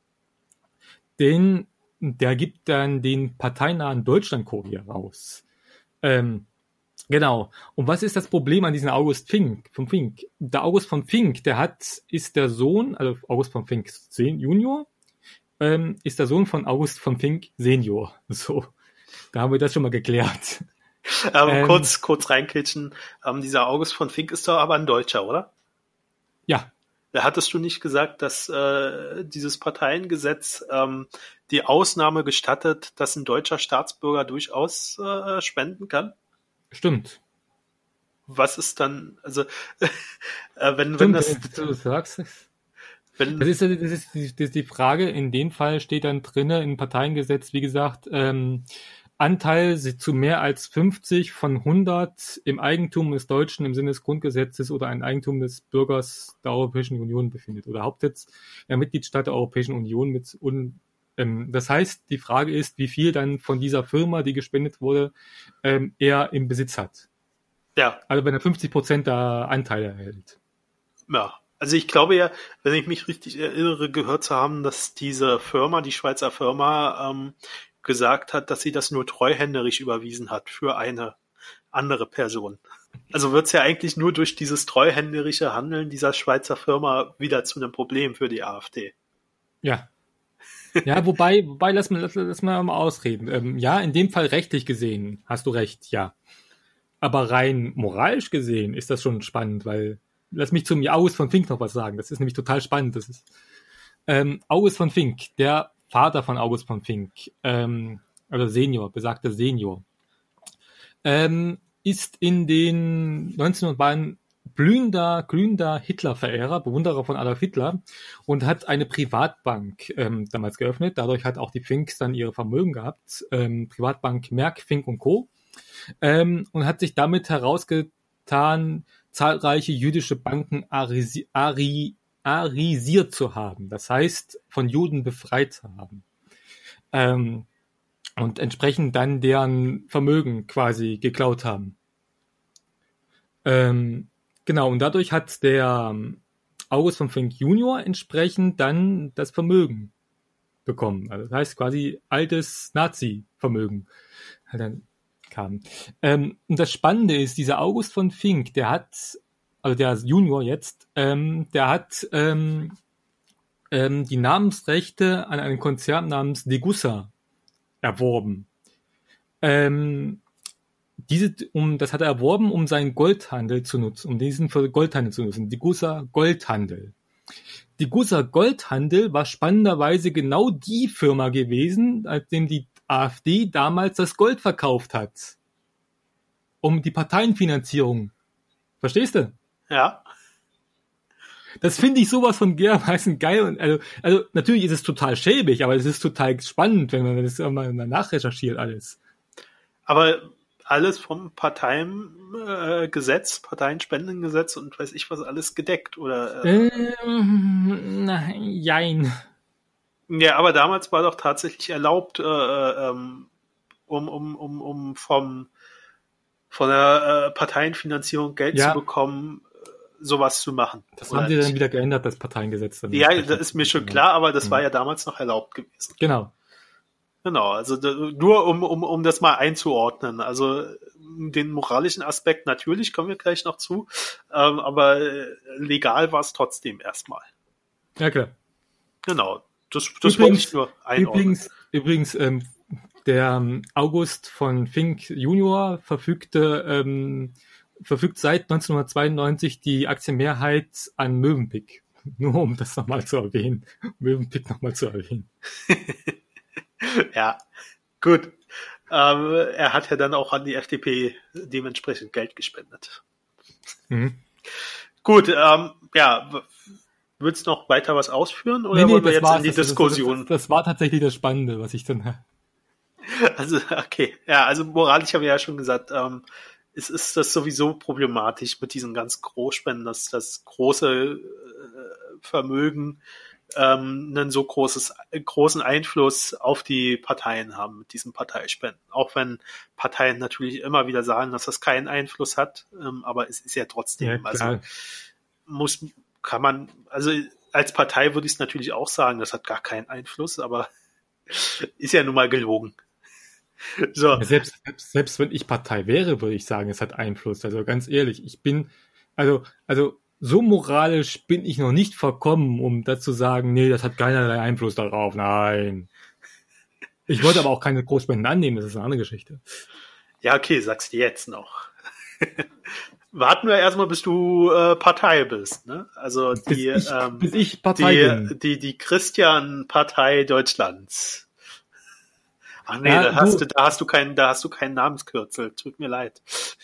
Den, der gibt dann den parteinahen Deutschlandkurier raus. Ähm, genau. Und was ist das Problem an diesem August Fink, von Fink? Der August von Fink, der hat, ist der Sohn, also August von Fink Junior, ähm, ist der Sohn von August von Fink Senior. So. Da haben wir das schon mal geklärt. Aber ähm, kurz, kurz reinkitschen. Ähm, dieser August von Fink ist doch aber ein Deutscher, oder? Ja. Da hattest du nicht gesagt, dass äh, dieses Parteiengesetz ähm, die Ausnahme gestattet, dass ein deutscher Staatsbürger durchaus äh, spenden kann? Stimmt. Was ist dann, also äh, wenn, Stimmt, wenn das... Du sagst es. Wenn, das, ist, das, ist die, das ist die Frage, in dem Fall steht dann drinne im Parteiengesetz, wie gesagt, ähm, Anteil zu mehr als fünfzig von hundert im Eigentum des Deutschen im Sinne des Grundgesetzes oder ein Eigentum des Bürgers der Europäischen Union befindet oder Hauptsitz der Mitgliedstaat der Europäischen Union mit un, ähm, das heißt, die Frage ist, wie viel dann von dieser Firma, die gespendet wurde, ähm, er im Besitz hat. Ja. Also wenn er fünfzig Prozent der Anteile erhält. Ja. Also ich glaube ja, wenn ich mich richtig erinnere, gehört zu haben, dass diese Firma, die Schweizer Firma, ähm, gesagt hat, dass sie das nur treuhänderisch überwiesen hat für eine andere Person. Also wird es ja eigentlich nur durch dieses treuhänderische Handeln dieser Schweizer Firma wieder zu einem Problem für die AfD. Ja. Ja, wobei, wobei, lass mal, lass, lass mal ausreden. Ähm, ja, in dem Fall rechtlich gesehen hast du recht, ja. Aber rein moralisch gesehen ist das schon spannend, weil, lass mich zum August von Fink noch was sagen. Das ist nämlich total spannend. Das ist ähm, August von Fink, der Vater von August von Fink, ähm, also Senior, besagter Senior, ähm, ist in den neunzehnhundert glühender, glühender Hitler-Verehrer, Bewunderer von Adolf Hitler und hat eine Privatbank ähm, damals geöffnet. Dadurch hat auch die Finks dann ihre Vermögen gehabt. Ähm, Privatbank Merck, Fink und Co. Ähm, und hat sich damit herausgetan, zahlreiche jüdische Banken arisi- ari- arisiert zu haben. Das heißt, von Juden befreit zu haben. Ähm, und entsprechend dann deren Vermögen quasi geklaut haben. Ähm, genau, und dadurch hat der ähm, August von Fink Junior entsprechend dann das Vermögen bekommen. Also das heißt quasi altes Nazi-Vermögen halt dann kam. Ähm, und das Spannende ist, dieser August von Fink, der hat, also der Junior jetzt, ähm, der hat ähm, ähm, die Namensrechte an einen Konzern namens Degussa erworben. Ähm, diese, um, das hat er erworben, um seinen Goldhandel zu nutzen, um diesen für Goldhandel zu nutzen. Degussa Goldhandel. Degussa Goldhandel war spannenderweise genau die Firma gewesen, als dem die AfD damals das Gold verkauft hat. Um die Parteienfinanzierung. Verstehst du? Ja. Das finde ich sowas von dermaßen geil. Und also, also natürlich ist es total schäbig, aber es ist total spannend, wenn man das mal nachrecherchiert alles. Aber alles vom Parteiengesetz, äh, Parteienspendengesetz und weiß ich was alles gedeckt, oder? Äh? Ähm, nein, jein. Ja, aber damals war doch tatsächlich erlaubt, äh, ähm, um, um, um, um vom, von der äh, Parteienfinanzierung Geld Ja. zu bekommen, sowas zu machen. Das haben sie dann wieder geändert, das Parteiengesetz. Dann ja, das ist mir schon klar, aber das ja. war ja damals noch erlaubt gewesen. Genau. Genau, also da, nur um, um, um das mal einzuordnen. Also den moralischen Aspekt natürlich, kommen wir gleich noch zu, ähm, aber legal war es trotzdem erstmal. Ja, klar. Genau, das, das wollte ich nur einordnen. Übrigens, übrigens ähm, der August von Fink Junior verfügte ähm, verfügt seit neunzehnhundertzweiundneunzig die Aktienmehrheit an Mövenpick. Nur um das nochmal zu erwähnen. Mövenpick nochmal zu erwähnen. Ja, gut. Ähm, er hat ja dann auch an die F D P dementsprechend Geld gespendet. Mhm. Gut, ähm, ja, willst du noch weiter was ausführen oder nee, nee, wollen wir jetzt war's. in die das, Diskussion? Das, das, das war tatsächlich das Spannende, was ich dann... Also, okay. Ja, also moralisch habe ich ja schon gesagt, ähm, es ist das sowieso problematisch mit diesen ganz Großspenden, dass das große äh, Vermögen ähm, einen so großes, großen Einfluss auf die Parteien haben mit diesen Parteispenden. Auch wenn Parteien natürlich immer wieder sagen, dass das keinen Einfluss hat, ähm, aber es ist ja trotzdem, Ja, also muss, kann man, also als Partei würde ich es natürlich auch sagen, das hat gar keinen Einfluss, aber ist ja nun mal gelogen. So. Ja, selbst, selbst, selbst wenn ich Partei wäre, würde ich sagen, es hat Einfluss. Also ganz ehrlich, ich bin, also, also so moralisch bin ich noch nicht verkommen, um dazu zu sagen, nee, das hat keinerlei Einfluss darauf. Nein. Ich wollte aber auch keine Großspenden annehmen, das ist eine andere Geschichte. Ja, okay, sagst du jetzt noch. Warten wir erstmal, bis du äh, Partei bist, ne? Also die, bis ich, ähm, bis ich Partei die, bin. die, die Christian-Partei Deutschlands. Ach nee, ja, da hast du, du, da hast du keinen, da hast du keinen Namenskürzel. Tut mir leid.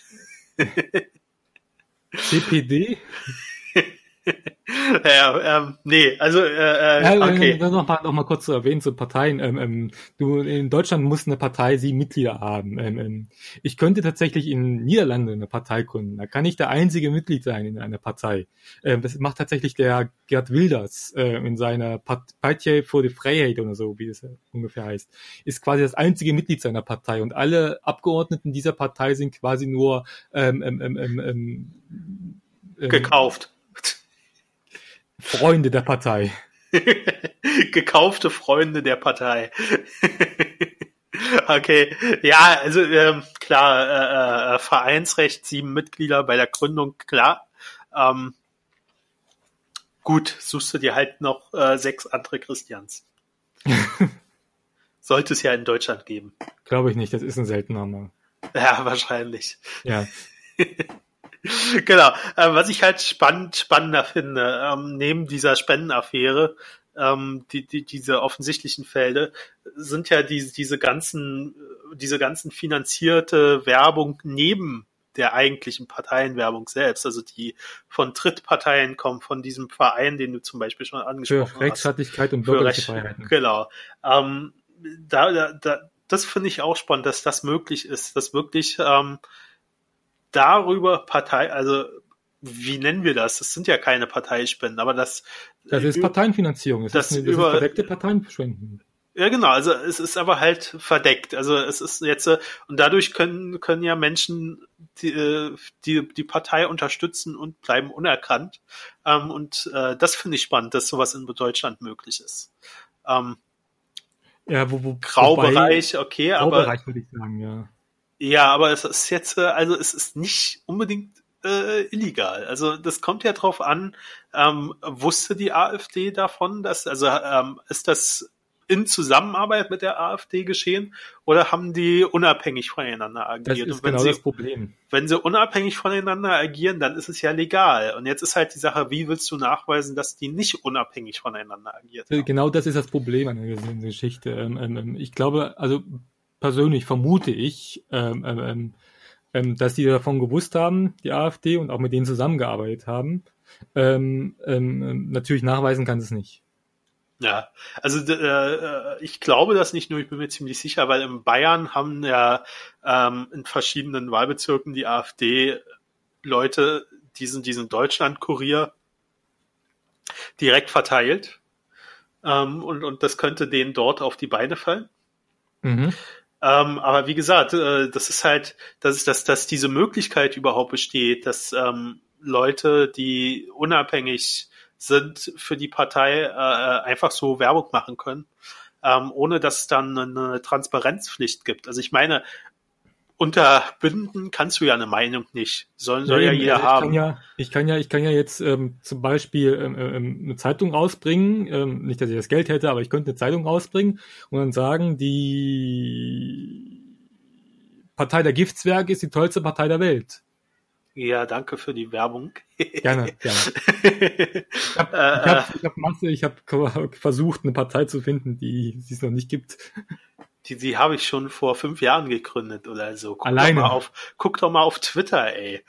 C P D? ja, ähm, nee, also äh, Ja, okay. noch mal, noch mal kurz zu erwähnen zu Parteien. Ähm, ähm, du in Deutschland muss eine Partei sieben Mitglieder haben. Ähm, ähm, ich könnte tatsächlich in Niederlande eine Partei gründen. Da kann ich der einzige Mitglied sein in einer Partei. Ähm, das macht tatsächlich der Geert Wilders äh, in seiner Partij voor de Vrijheid oder so, wie das ungefähr heißt. Ist quasi das einzige Mitglied seiner Partei und alle Abgeordneten dieser Partei sind quasi nur ähm, ähm, ähm, ähm, ähm, gekauft. Freunde der Partei. Gekaufte Freunde der Partei. Okay, ja, also ähm, klar, äh, äh, Vereinsrecht, sieben Mitglieder bei der Gründung, klar. Ähm, gut, suchst du dir halt noch äh, sechs andere Christians. Sollte es ja in Deutschland geben. Glaube ich nicht, das ist ein seltener Name. Ja, wahrscheinlich. Ja. Genau, äh, was ich halt spannend, spannender finde, ähm, neben dieser Spendenaffäre, ähm, die, die, diese offensichtlichen Fälle, sind ja diese, diese ganzen, diese ganzen finanzierte Werbung neben der eigentlichen Parteienwerbung selbst, also die von Drittparteien kommt, von diesem Verein, den du zum Beispiel schon angesprochen hast. Für Rechtsstaatlichkeit und Für bürgerliche Recht, Freiheiten. Genau. Ähm, da, da, da, das finde ich auch spannend, dass das möglich ist, dass wirklich ähm, darüber Partei, also wie nennen wir das? Das sind ja keine Parteispenden, aber das Das ist Parteienfinanzierung, das, das ist, eine, das über, ist verdeckte Parteienspenden. Ja, genau, also es ist aber halt verdeckt. Also es ist jetzt, äh, und dadurch können können ja Menschen die äh, die, die Partei unterstützen und bleiben unerkannt. Ähm, und äh, das finde ich spannend, dass sowas in Deutschland möglich ist. Ähm, Ja, wo, wo, Graubereich, okay, Graubereich aber würde ich sagen, ja. ja, aber es ist jetzt, äh, also es ist nicht unbedingt äh, illegal. Also das kommt ja drauf an, ähm, wusste die AfD davon, dass, also ähm, ist das in Zusammenarbeit mit der AfD geschehen oder haben die unabhängig voneinander agiert? Das ist Und wenn genau sie, das Problem. Wenn sie unabhängig voneinander agieren, dann ist es ja legal. Und jetzt ist halt die Sache, wie willst du nachweisen, dass die nicht unabhängig voneinander agiert haben? Genau das ist das Problem an der ganzen Geschichte. Ähm, ähm, ich glaube, also persönlich vermute ich, ähm, ähm, ähm, dass die davon gewusst haben, die AfD, und auch mit denen zusammengearbeitet haben. Ähm, ähm, natürlich nachweisen kann es nicht. Ja, also äh, ich glaube das nicht nur, ich bin mir ziemlich sicher, weil in Bayern haben ja ähm, in verschiedenen Wahlbezirken die AfD-Leute diesen, diesen Deutschland-Kurier direkt verteilt. Ähm, und, und das könnte denen dort auf die Beine fallen. Mhm. Ähm, aber wie gesagt, äh, das ist halt, dass, ist, dass, dass diese Möglichkeit überhaupt besteht, dass ähm, Leute, die unabhängig sind für die Partei, äh, einfach so Werbung machen können, ähm, ohne dass es dann eine Transparenzpflicht gibt. Also ich meine, unterbinden kannst du ja eine Meinung nicht. Soll, soll ja, ja jeder also ich haben. Kann ja, ich kann ja, ich kann ja jetzt ähm, zum Beispiel ähm, ähm, eine Zeitung rausbringen, ähm, nicht, dass ich das Geld hätte, aber ich könnte eine Zeitung rausbringen und dann sagen, die Partei der Giftzwerge ist die tollste Partei der Welt. Ja, danke für die Werbung. Gerne, gerne. Ich habe ich hab, ich hab Masse, ich habe versucht, eine Partei zu finden, die es noch nicht gibt. Die, die habe ich schon vor fünf Jahren gegründet oder so. Guck Alleine. Doch mal auf, guck doch mal auf Twitter, ey.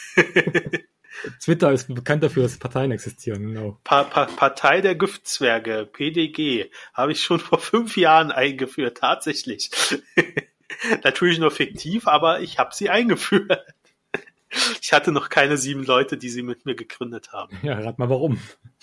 Twitter ist bekannt dafür, dass Parteien existieren, genau. Pa pa Partei der Giftzwerge, P D G, habe ich schon vor fünf Jahren eingeführt, tatsächlich. Natürlich nur fiktiv, aber ich habe sie eingeführt. Ich hatte noch keine sieben Leute, die sie mit mir gegründet haben. Ja, rat mal warum.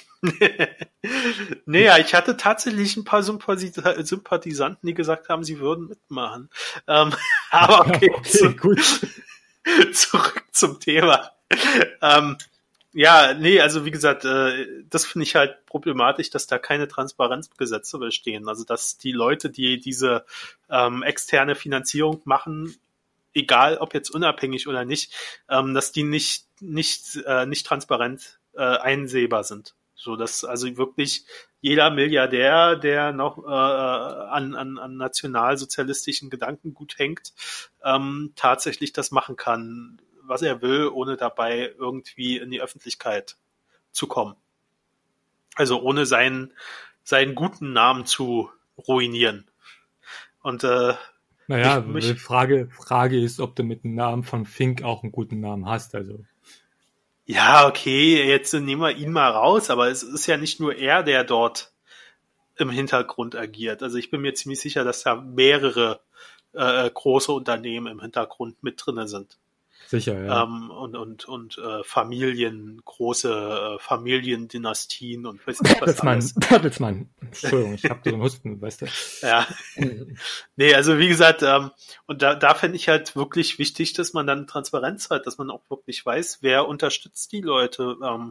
Naja, ich hatte tatsächlich ein paar Sympathisanten, die gesagt haben, sie würden mitmachen. Ähm, aber okay, okay zu, gut. Zurück zum Thema. Ähm, ja, nee, also wie gesagt, äh, das finde ich halt problematisch, dass da keine Transparenzgesetze bestehen. Also dass die Leute, die diese ähm, externe Finanzierung machen, egal ob jetzt unabhängig oder nicht, ähm, dass die nicht nicht äh, nicht transparent äh, einsehbar sind. So dass also wirklich jeder Milliardär, der noch äh, an, an, an nationalsozialistischen Gedankengut hängt, ähm, tatsächlich das machen kann, was er will, ohne dabei irgendwie in die Öffentlichkeit zu kommen. Also ohne seinen seinen guten Namen zu ruinieren. Und äh, Naja, mich, mich, Frage, Frage ist, ob du mit dem Namen von Fink auch einen guten Namen hast. Also ja, okay, jetzt nehmen wir ihn mal raus, aber es ist ja nicht nur er, der dort im Hintergrund agiert. Also ich bin mir ziemlich sicher, dass da mehrere äh, große Unternehmen im Hintergrund mit drinne sind. Sicher, ja. Ähm, und und und äh, Familien, große äh, Familiendynastien und weiß nicht was alles. Bertelsmann, Entschuldigung, ich habe so einen Husten, weißt du. Ja. Nee, also wie gesagt, ähm, und da, da fände ich halt wirklich wichtig, dass man dann Transparenz hat, dass man auch wirklich weiß, wer unterstützt die Leute. Ähm,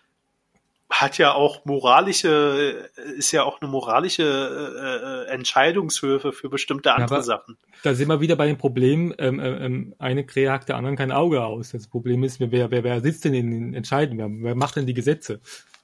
hat ja auch moralische, ist ja auch eine moralische äh, Entscheidungshilfe für bestimmte andere ja, Sachen. Da sind wir wieder bei dem Problem, ähm, ähm, eine Krähe hackt der anderen kein Auge aus. Das Problem ist, wer, wer, wer sitzt denn in den Entscheiden? Wer, wer macht denn die Gesetze?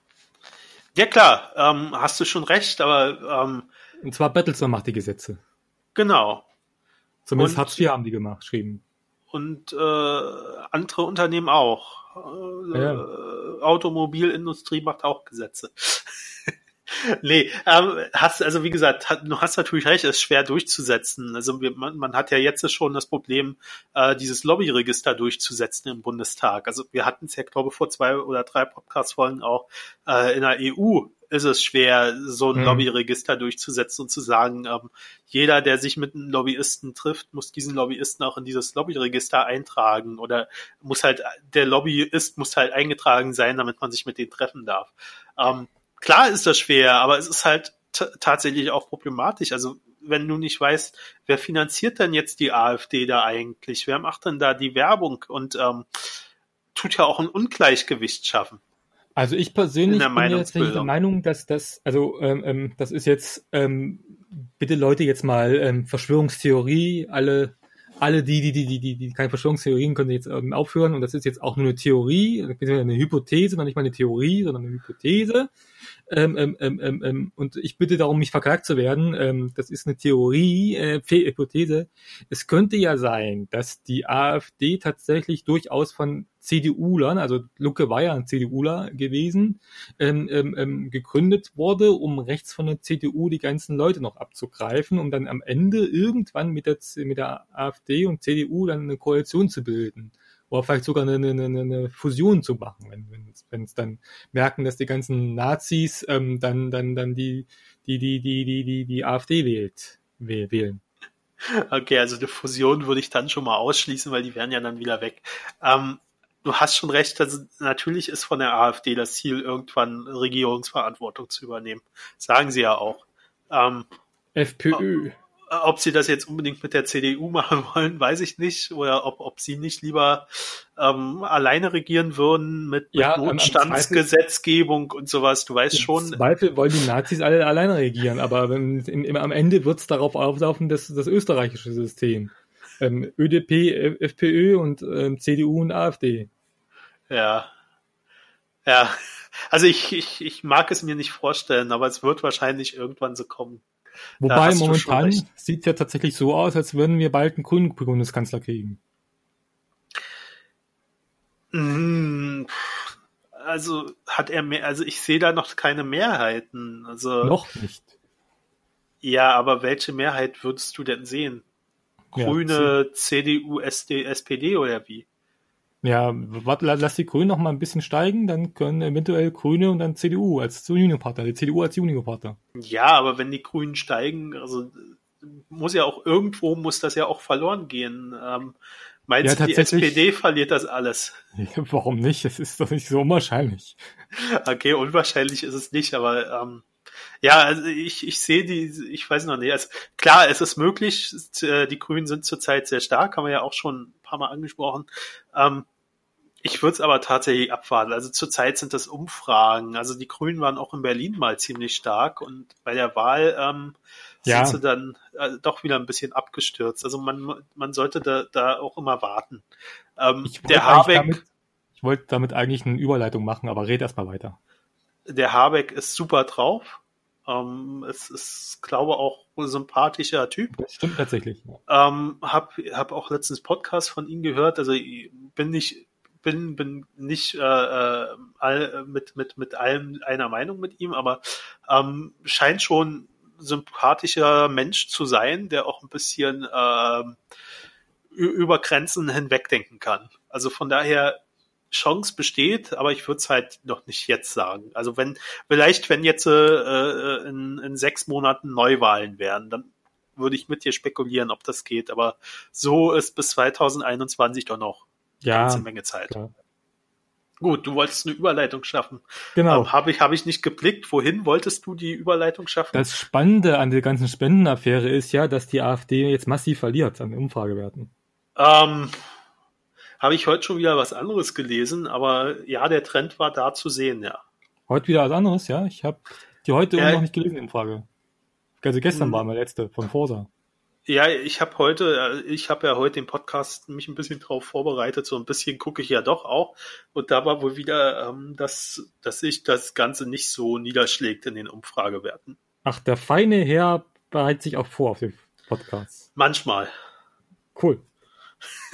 Ja klar, ähm, hast du schon recht, aber ähm, und zwar Bertelsmann macht die Gesetze. Genau. Zumindest Hartz vier haben die gemacht, geschrieben. Und äh, andere Unternehmen auch. Äh, ja. Automobilindustrie macht auch Gesetze. Nee, ähm, hast, also wie gesagt, hat, du hast natürlich recht, es ist schwer durchzusetzen. Also wir, man, man hat ja jetzt schon das Problem, äh, dieses Lobbyregister durchzusetzen im Bundestag. Also wir hatten es ja, glaube ich, vor zwei oder drei Podcast-Folgen auch, äh, in der E U ist es schwer, so ein Mhm. Lobbyregister durchzusetzen und zu sagen, ähm, jeder, der sich mit einem Lobbyisten trifft, muss diesen Lobbyisten auch in dieses Lobbyregister eintragen oder muss halt, der Lobbyist muss halt eingetragen sein, damit man sich mit denen treffen darf. Ähm, Klar ist das schwer, aber es ist halt t- tatsächlich auch problematisch. Also wenn du nicht weißt, wer finanziert denn jetzt die AfD da eigentlich? Wer macht denn da die Werbung? Und ähm, tut ja auch ein Ungleichgewicht schaffen Also ich in persönlich der bin ja tatsächlich der Meinungsbildung. Meinung, dass das, also ähm, ähm, das ist jetzt, ähm, bitte Leute jetzt mal ähm, Verschwörungstheorie, alle, alle die, die, die, die, die, die keine Verschwörungstheorien können jetzt ähm, aufhören und das ist jetzt auch nur eine Theorie, eine Hypothese, noch nicht mal eine Theorie, sondern eine Hypothese. Ähm, ähm, ähm, ähm, ähm, und ich bitte darum, nicht verklagt zu werden. Ähm, das ist eine Theorie, äh, Hypothese. Es könnte ja sein, dass die AfD tatsächlich durchaus von CDUlern, also Lucke war ja ein CDUler gewesen, ähm, ähm, ähm, gegründet wurde, um rechts von der C D U die ganzen Leute noch abzugreifen, um dann am Ende irgendwann mit der, mit der AfD und C D U dann eine Koalition zu bilden. Oder vielleicht sogar eine, eine, eine Fusion zu machen, wenn wenn es dann merken, dass die ganzen Nazis ähm, dann dann dann die die die die die die die AfD wählt wählen. Okay, also eine Fusion würde ich dann schon mal ausschließen, weil die wären ja dann wieder weg. Ähm, du hast schon recht, also natürlich ist von der AfD das Ziel, irgendwann Regierungsverantwortung zu übernehmen. Sagen sie ja auch. Ähm, FPÖ. Ob sie das jetzt unbedingt mit der C D U machen wollen, weiß ich nicht. Oder ob, ob sie nicht lieber ähm, alleine regieren würden mit, mit Ja, am- am Notstandsgesetzgebung und sowas. Du weißt Im schon, Zweifel wollen die Nazis alle alleine regieren, aber wenn, im, im, am Ende wird es darauf auflaufen, dass das österreichische System. Ähm, ÖDP, F- FPÖ und ähm, C D U und AfD. ja, ja. Also ich, ich, ich mag es mir nicht vorstellen, aber es wird wahrscheinlich irgendwann so kommen. Da Wobei hast du schon momentan recht. sieht es ja tatsächlich so aus, als würden wir bald einen grünen Bundeskanzler kriegen. Mm, Also hat er mehr, also ich sehe da noch keine Mehrheiten. Also Noch nicht. ja, aber welche Mehrheit würdest du denn sehen? Ja, Grüne, C D U, S D, S P D oder wie? Ja, warte, lass die Grünen noch mal ein bisschen steigen, dann können eventuell Grüne und dann C D U als Juniorpartner, die C D U als Juniorpartner. Ja, aber wenn die Grünen steigen, also muss ja auch irgendwo muss das ja auch verloren gehen. Ähm, Ja, meinst du, die tatsächlich. S P D verliert das alles? Warum nicht? Es ist doch nicht so unwahrscheinlich. Okay, unwahrscheinlich ist es nicht, aber ähm, ja, also ich, ich sehe die, ich weiß noch nicht. Also, klar, es ist möglich, äh, die Grünen sind zurzeit sehr stark, haben wir ja auch schon ein paar Mal angesprochen. Ähm, Ich würde es aber tatsächlich abwarten. Also zurzeit sind das Umfragen. Also die Grünen waren auch in Berlin mal ziemlich stark und bei der Wahl ähm, Ja. sind sie dann äh, doch wieder ein bisschen abgestürzt. Also man, man sollte da, da auch immer warten. Ähm, Ich wollte der eigentlich Habeck, damit, ich wollte damit eigentlich eine Überleitung machen, aber red erst mal weiter. der Habeck ist super drauf. Ähm, es ist, glaube auch ein sympathischer Typ. Das stimmt tatsächlich. Ähm, hab, hab auch letztens Podcast von ihm gehört. Also ich bin nicht bin bin nicht äh, äh, all, mit mit mit allem einer Meinung mit ihm, aber ähm, scheint schon sympathischer Mensch zu sein, der auch ein bisschen äh, über Grenzen hinwegdenken kann. Also von daher Chance besteht, aber ich würde es halt noch nicht jetzt sagen. Also wenn vielleicht wenn jetzt äh, in, in sechs Monaten Neuwahlen wären, dann würde ich mit dir spekulieren, ob das geht. Aber so ist bis zwanzig einundzwanzig doch noch eine Ja, ganze Menge Zeit. klar. Gut, du wolltest eine Überleitung schaffen. Genau. Ähm, habe ich, hab ich nicht geblickt. Wohin wolltest du die Überleitung schaffen? Das Spannende an der ganzen Spendenaffäre ist ja, dass die AfD jetzt massiv verliert an den Umfragewerten. Ähm, habe ich heute schon wieder was anderes gelesen, aber ja, der Trend war da zu sehen, ja. Heute wieder was anderes, ja. Ich habe die heute Ja. noch nicht gelesen, die Umfrage. Also gestern Hm. war meine letzte von Forsa. Ja, ich habe heute, ich habe ja heute den Podcast mich ein bisschen drauf vorbereitet, so ein bisschen gucke ich ja doch auch. Und da war wohl wieder, ähm, dass, dass sich das Ganze nicht so niederschlägt in den Umfragewerten. Ach, der feine Herr bereitet sich auch vor auf den Podcast. Manchmal. Cool.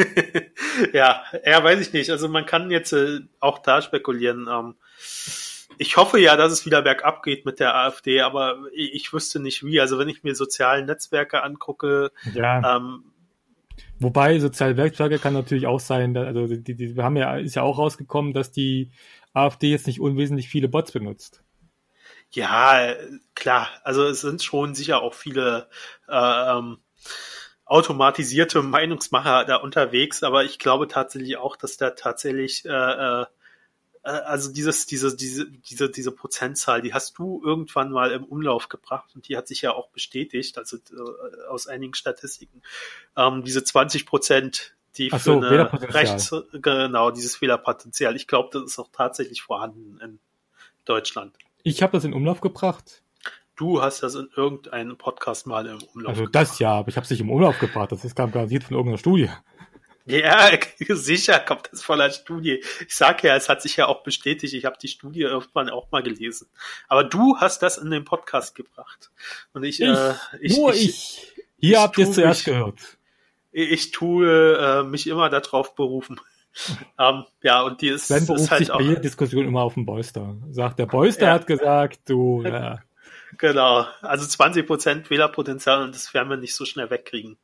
ja, ja, weiß ich nicht. Also man kann jetzt äh, auch da spekulieren. Ähm, ich hoffe ja, dass es wieder bergab geht mit der AfD, aber ich, ich wüsste nicht wie. Also wenn ich mir soziale Netzwerke angucke, Ja. ähm, Wobei soziale Netzwerke kann natürlich auch sein, da- also die, die, wir haben ja, ist ja auch rausgekommen, dass die AfD jetzt nicht unwesentlich viele Bots benutzt. ja, klar, also es sind schon sicher auch viele äh, ähm, automatisierte Meinungsmacher da unterwegs, aber ich glaube tatsächlich auch, dass da tatsächlich äh, äh, also dieses, diese, diese, diese, diese Prozentzahl, die hast du irgendwann mal im Umlauf gebracht und die hat sich ja auch bestätigt, also äh, aus einigen Statistiken. Ähm, diese zwanzig Prozent, die Ach für so, eine Wählerpotenzial. Rechts, genau, dieses Fehlerpotenzial, ich glaube, das ist auch tatsächlich vorhanden in Deutschland. Ich habe das in Umlauf gebracht. Du hast das in irgendeinem Podcast mal im Umlauf Also gebracht. das ja, aber ich habe es nicht im Umlauf gebracht. Das kam garantiert von irgendeiner Studie. Ja, sicher kommt das von der Studie. Ich sag ja, es hat sich ja auch bestätigt. Ich habe die Studie irgendwann auch mal gelesen. Aber du hast das in den Podcast gebracht. Und ich, Ich, äh, ich nur ich, ich. Hier ich habt ihr es tu zuerst mich- gehört. ich tue äh, mich immer darauf berufen. ähm, ja, und die ist, Sven ist beruft halt sich auch, bei jeder Diskussion immer auf den Boyster. Sagt, der Boyster Ja. hat gesagt, du, ja. genau, also zwanzig Prozent Wählerpotenzial und das werden wir nicht so schnell wegkriegen.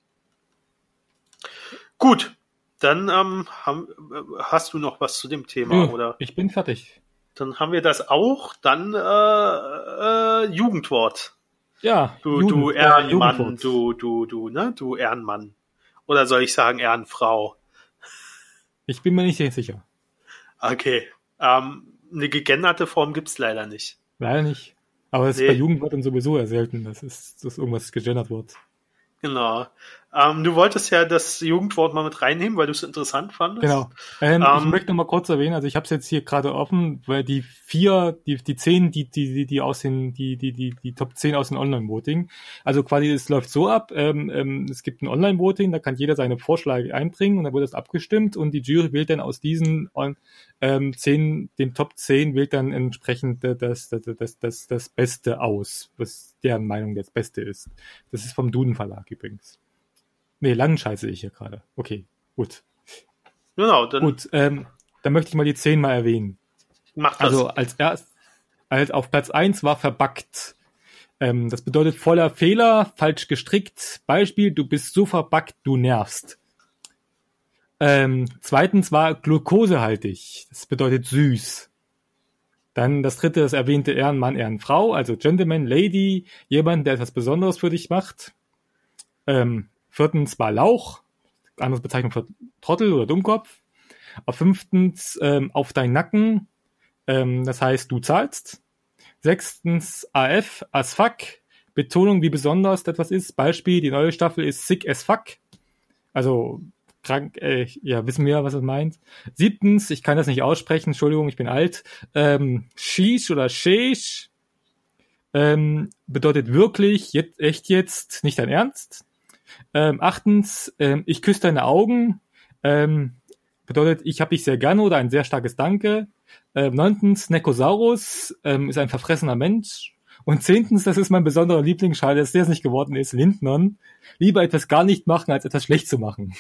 Gut, dann ähm, haben, äh, hast du noch was zu dem Thema, Nö, oder? ich bin fertig. Dann haben wir das auch. Dann äh, äh, Jugendwort. Ja, Du, Jugend- du äh, Ehrenmann, Jugendwort. du, du, du, ne? Du Ehrenmann. Oder soll ich sagen Ehrenfrau? Ich bin mir nicht sehr sicher. Okay. Ähm, eine gegenderte Form gibt's leider nicht. Leider nicht. Aber das Nee. ist bei Jugendwörtern sowieso eher selten, dass, es, dass irgendwas gegendert wird. Genau. Ähm, du wolltest ja das Jugendwort mal mit reinnehmen, weil du es interessant fandest. Genau. Ähm, ich Ähm, möchte noch mal kurz erwähnen, also ich habe es jetzt hier gerade offen, weil die vier, die die zehn, die die die die aus den die die die die Top zehn aus dem Online-Voting. Also quasi es läuft so ab, ähm, ähm, es gibt ein Online-Voting, da kann jeder seine Vorschläge einbringen und dann wird das abgestimmt und die Jury wählt dann aus diesen ähm, zehn, den Top zehn wählt dann entsprechend das das das das das Beste aus, was deren Meinung das Beste ist. Das ist vom Duden Verlag übrigens. Nee, Langenscheiße ich hier gerade. Okay, gut. genau, dann Gut, ähm, dann möchte ich mal die zehn mal erwähnen. mach das. Also als erst, als auf Platz eins war verbuggt. Ähm, das bedeutet voller Fehler, falsch gestrickt. Beispiel, du bist so verbuggt, du nervst. Ähm, zweitens war glukosehaltig. Das bedeutet süß. Dann das dritte, das erwähnte Ehrenmann, Ehrenfrau, also Gentleman, Lady, jemand, der etwas Besonderes für dich macht. Ähm, viertens war Lauch, andere Bezeichnung für Trottel oder Dummkopf. Auf fünftens ähm, auf deinen Nacken, ähm, das heißt, du zahlst. Sechstens A F, as fuck, Betonung, wie besonders etwas ist. Beispiel, die neue Staffel ist sick as fuck. Also krank, äh, ja, wissen wir, was es meint. Siebtens, ich kann das nicht aussprechen, Entschuldigung, ich bin alt. Ähm, Sheesh oder Sheesh ähm, bedeutet wirklich, jetzt, echt jetzt, nicht dein Ernst. Ähm, achtens, ähm, ich küsse deine Augen. Ähm, bedeutet, ich habe dich sehr gerne oder ein sehr starkes Danke. Ähm, neuntens, Nekosaurus ähm, ist ein verfressener Mensch. Und zehntens, das ist mein besonderer Lieblingsschal, dass der es nicht geworden ist, Lindnern. Lieber etwas gar nicht machen, als etwas schlecht zu machen.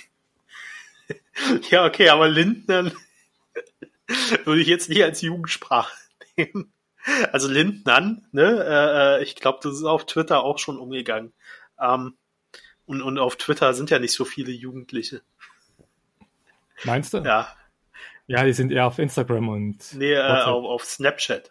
Ja, okay, aber Lindnern würde ich jetzt nicht als Jugendsprache nehmen. Also Lindnern, ne? Äh, ich glaube, das ist auf Twitter auch schon umgegangen. Ähm, und, und auf Twitter sind ja nicht so viele Jugendliche. Meinst du? Ja, Ja, die sind eher auf Instagram und nee, äh, WhatsApp. auf, auf Snapchat.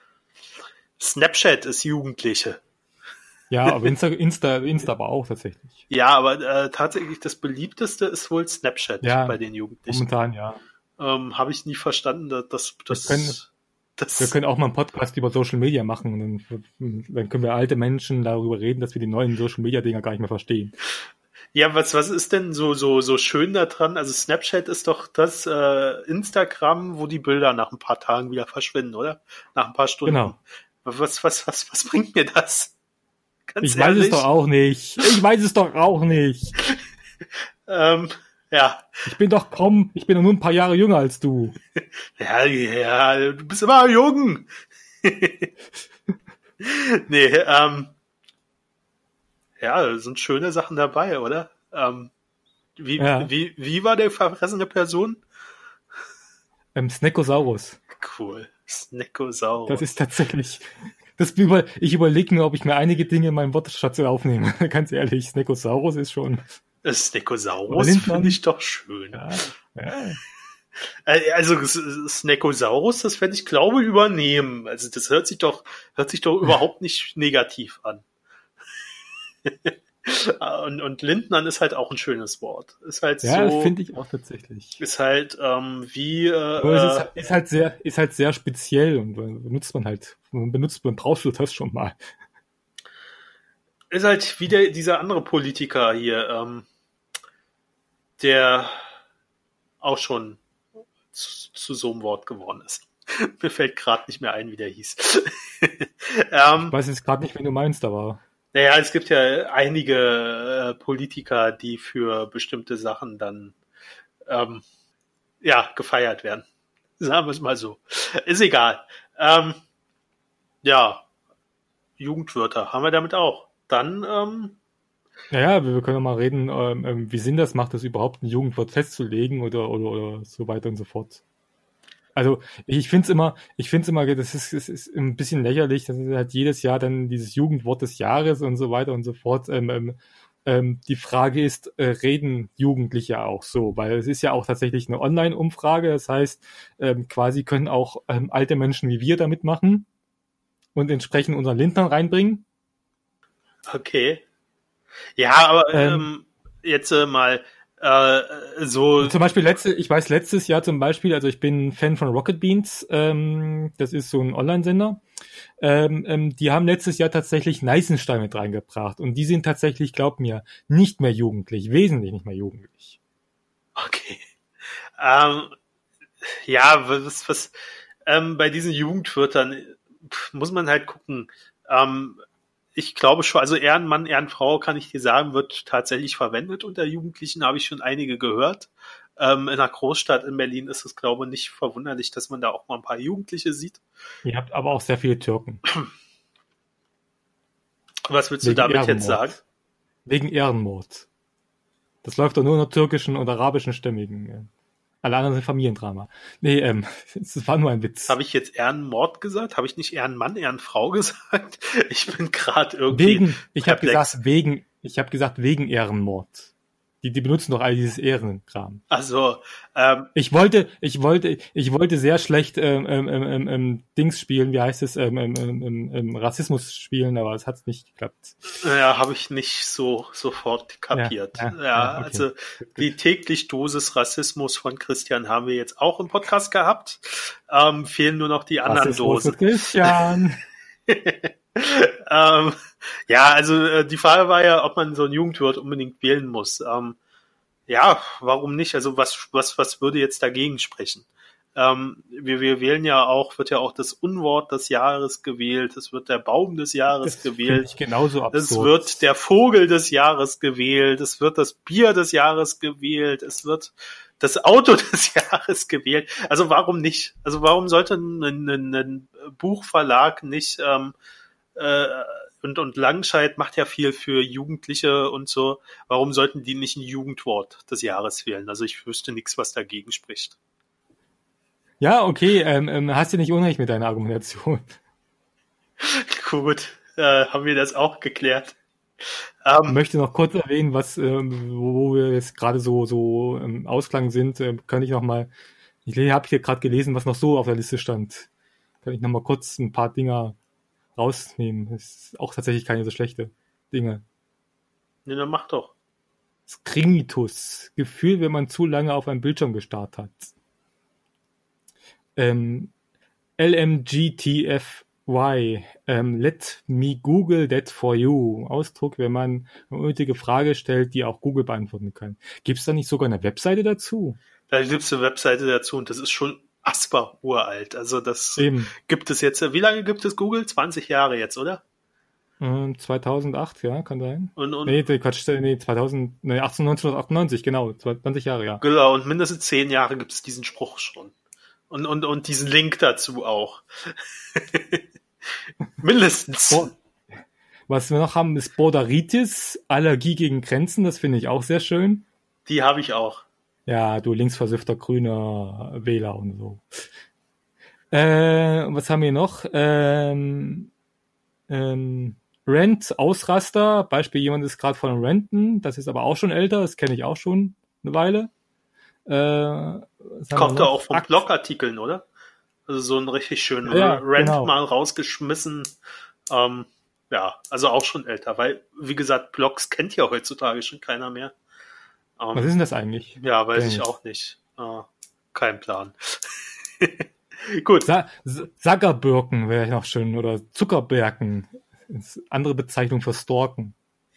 Snapchat ist Jugendliche. Ja, aber Insta, Insta, Insta aber auch tatsächlich. Ja, aber äh, tatsächlich das beliebteste ist wohl Snapchat Ja, bei den Jugendlichen. Momentan, ja. Ähm, Habe ich nie verstanden, dass das, das, Wir können- das Wir können auch mal einen Podcast über Social Media machen. Und dann, dann können wir alte Menschen darüber reden, dass wir die neuen Social Media Dinger gar nicht mehr verstehen. Ja, was, was ist denn so, so, so schön daran? Also Snapchat ist doch das äh, Instagram, wo die Bilder nach ein paar Tagen wieder verschwinden, oder? Nach ein paar Stunden. Genau. Was, was, was, was bringt mir das? Ganz Ich weiß es doch auch nicht. Ich weiß es doch auch nicht. Ähm, ja. Ich bin doch kaum, ich bin doch nur ein paar Jahre jünger als du. Ja, ja, du bist immer jung. Nee, ähm, ja, da sind schöne Sachen dabei, oder? Ähm, wie, Ja. wie, wie war der verfressene Person? Ähm, Snekosaurus. Cool. Snackosaurus. Das ist tatsächlich... Das über, ich überlege mir, ob ich mir einige Dinge in meinem Wortschatz aufnehme. Ganz ehrlich, Snackosaurus ist schon... Snackosaurus finde ich doch schön. Ja, ja. Also Snackosaurus, das werde ich glaube übernehmen. Also das hört sich doch hört sich doch überhaupt nicht negativ an. und, und Lindnern ist halt auch ein schönes Wort. Ist halt ja, so. finde ich auch tatsächlich. Ist halt ähm, wie. Äh, es ist, ist halt sehr, ist halt sehr speziell und benutzt man halt, benutzt man brauchst du das schon mal. Ist halt wie der, dieser andere Politiker hier, ähm, der auch schon zu, zu so einem Wort geworden ist. Mir fällt gerade nicht mehr ein, wie der hieß. ähm, ich weiß jetzt gerade nicht, wen du meinst, aber. Naja, es gibt ja einige äh, Politiker, die für bestimmte Sachen dann ähm, ja gefeiert werden. Sagen wir es mal so. Ist egal. Ähm, ja, Jugendwörter haben wir damit auch. Dann ähm, Naja, wir können mal reden, ähm, wie Sinn das macht, das überhaupt ein Jugendwort festzulegen oder, oder, oder so weiter und so fort. Also ich finde es immer, ich finde es immer, das ist, das ist ein bisschen lächerlich, dass es halt jedes Jahr dann dieses Jugendwort des Jahres und so weiter und so fort. Ähm, ähm, die Frage ist, äh, reden Jugendliche auch so? Weil es ist ja auch tatsächlich eine Online-Umfrage, das heißt, ähm, quasi können auch ähm, alte Menschen wie wir da mitmachen und entsprechend unseren Lindner reinbringen. Okay. Ja, aber ähm, ähm, jetzt äh, mal äh, so. Zum Beispiel letzte, ich weiß letztes Jahr zum Beispiel, also ich bin Fan von Rocket Beans, ähm, das ist so ein Online-Sender. Ähm, ähm, die haben letztes Jahr tatsächlich Neißenstein mit reingebracht und die sind tatsächlich, glaub mir, nicht mehr jugendlich, wesentlich nicht mehr jugendlich. Okay. Ähm, ja, was, was ähm, bei diesen Jugendwörtern muss man halt gucken. Ähm, ich glaube schon, also Ehrenmann, Ehrenfrau, kann ich dir sagen, wird tatsächlich verwendet unter Jugendlichen, habe ich schon einige gehört. Ähm, in einer Großstadt in Berlin ist es, glaube ich, nicht verwunderlich, dass man da auch mal ein paar Jugendliche sieht. Ihr habt aber auch sehr viele Türken. Was willst du damit Ehrenmord. jetzt sagen? Wegen Ehrenmord. Das läuft doch nur unter türkischen und arabischen Stämmigen. Alle anderen sind Familiendrama. Nee, ähm, das war nur ein Witz. Habe ich jetzt Ehrenmord gesagt? Habe ich nicht Ehrenmann, Ehrenfrau gesagt? Ich bin gerade irgendwie Wegen, ich habe gesagt wegen, ich habe gesagt wegen Ehrenmord. Die, die benutzen doch all dieses Ehrenkram. Also, ähm, ich wollte, ich wollte, ich wollte sehr schlecht ähm, ähm, ähm, ähm, Dings spielen, wie heißt es, ähm, ähm, ähm, ähm, Rassismus spielen, aber es hat nicht geklappt. Naja, habe ich nicht so sofort kapiert. Ja, ja, ja, ja okay. Also die täglich Dosis Rassismus von Christian haben wir jetzt auch im Podcast gehabt. Ähm, fehlen nur noch die anderen Rassismus Dosen. Mit Christian. ähm, ja, also äh, die Frage war ja, ob man so ein Jugendwort unbedingt wählen muss. Ähm, ja, warum nicht? Also was, was, was würde jetzt dagegen sprechen? Ähm, wir, wir wählen ja auch, wird ja auch das Unwort des Jahres gewählt, es wird der Baum des Jahres das gewählt, ich genauso absurd. Es wird der Vogel des Jahres gewählt, es wird das Bier des Jahres gewählt, es wird das Auto des Jahres gewählt. Also warum nicht? Also warum sollte ein, ein, ein Buchverlag nicht ähm, äh, und, und Langscheid macht ja viel für Jugendliche und so, warum sollten die nicht ein Jugendwort des Jahres wählen? Also ich wüsste nichts, was dagegen spricht. Ja, okay, ähm, ähm, hast du nicht Unrecht mit deiner Argumentation. Gut, äh, haben wir das auch geklärt. Ähm, ich möchte noch kurz erwähnen, was, ähm, wo, wo wir jetzt gerade so so im Ausklang sind, äh, kann ich noch mal, ich habe hier gerade gelesen, was noch so auf der Liste stand. Kann ich noch mal kurz ein paar Dinger rausnehmen. Das ist auch tatsächlich keine so schlechte Dinge. Ne, dann mach doch. Skrinitus. Gefühl, wenn man zu lange auf einen Bildschirm gestarrt hat. Ähm, L M G T F Y. Ähm, let me Google that for you. Ausdruck, wenn man eine unnötige Frage stellt, die auch Google beantworten kann. Gibt es da nicht sogar eine Webseite dazu? Da gibt es eine Webseite dazu und das ist schon asper uralt. Also das Eben. Gibt es jetzt, wie lange gibt es Google? zwanzig Jahre jetzt, oder? Ähm, zweitausendacht, ja, kann sein. Und, und nee, Quatsch, nee, zweitausend, nee, neunzehnhundertachtundneunzig, genau, zwanzig Jahre, ja. Genau, und mindestens zehn Jahre gibt es diesen Spruch schon. Und, und, und diesen Link dazu auch. Mindestens. Bo- Was wir noch haben, ist Borderitis, Allergie gegen Grenzen, das finde ich auch sehr schön. Die habe ich auch. Ja, du linksversiffter grüner Wähler und so. Äh, was haben wir noch? Ähm, ähm, Rent, Ausraster. Beispiel, jemand ist gerade von Renten. Das ist aber auch schon älter. Das kenne ich auch schon eine Weile. Äh, was haben wir Kommt da auch noch? von Akt. Blogartikeln, oder? Also so einen richtig schönen Ja, ja, Rant genau. mal rausgeschmissen. Ähm, ja, also auch schon älter, weil, wie gesagt, Blogs kennt ja heutzutage schon keiner mehr. Was Ähm, ist denn das eigentlich? ja, weiß Kenn ich ich. auch nicht. Äh, kein Plan. Gut. Sa Sackerbirken wäre noch schön oder Zuckerberken. Das ist andere Bezeichnung für Stalken.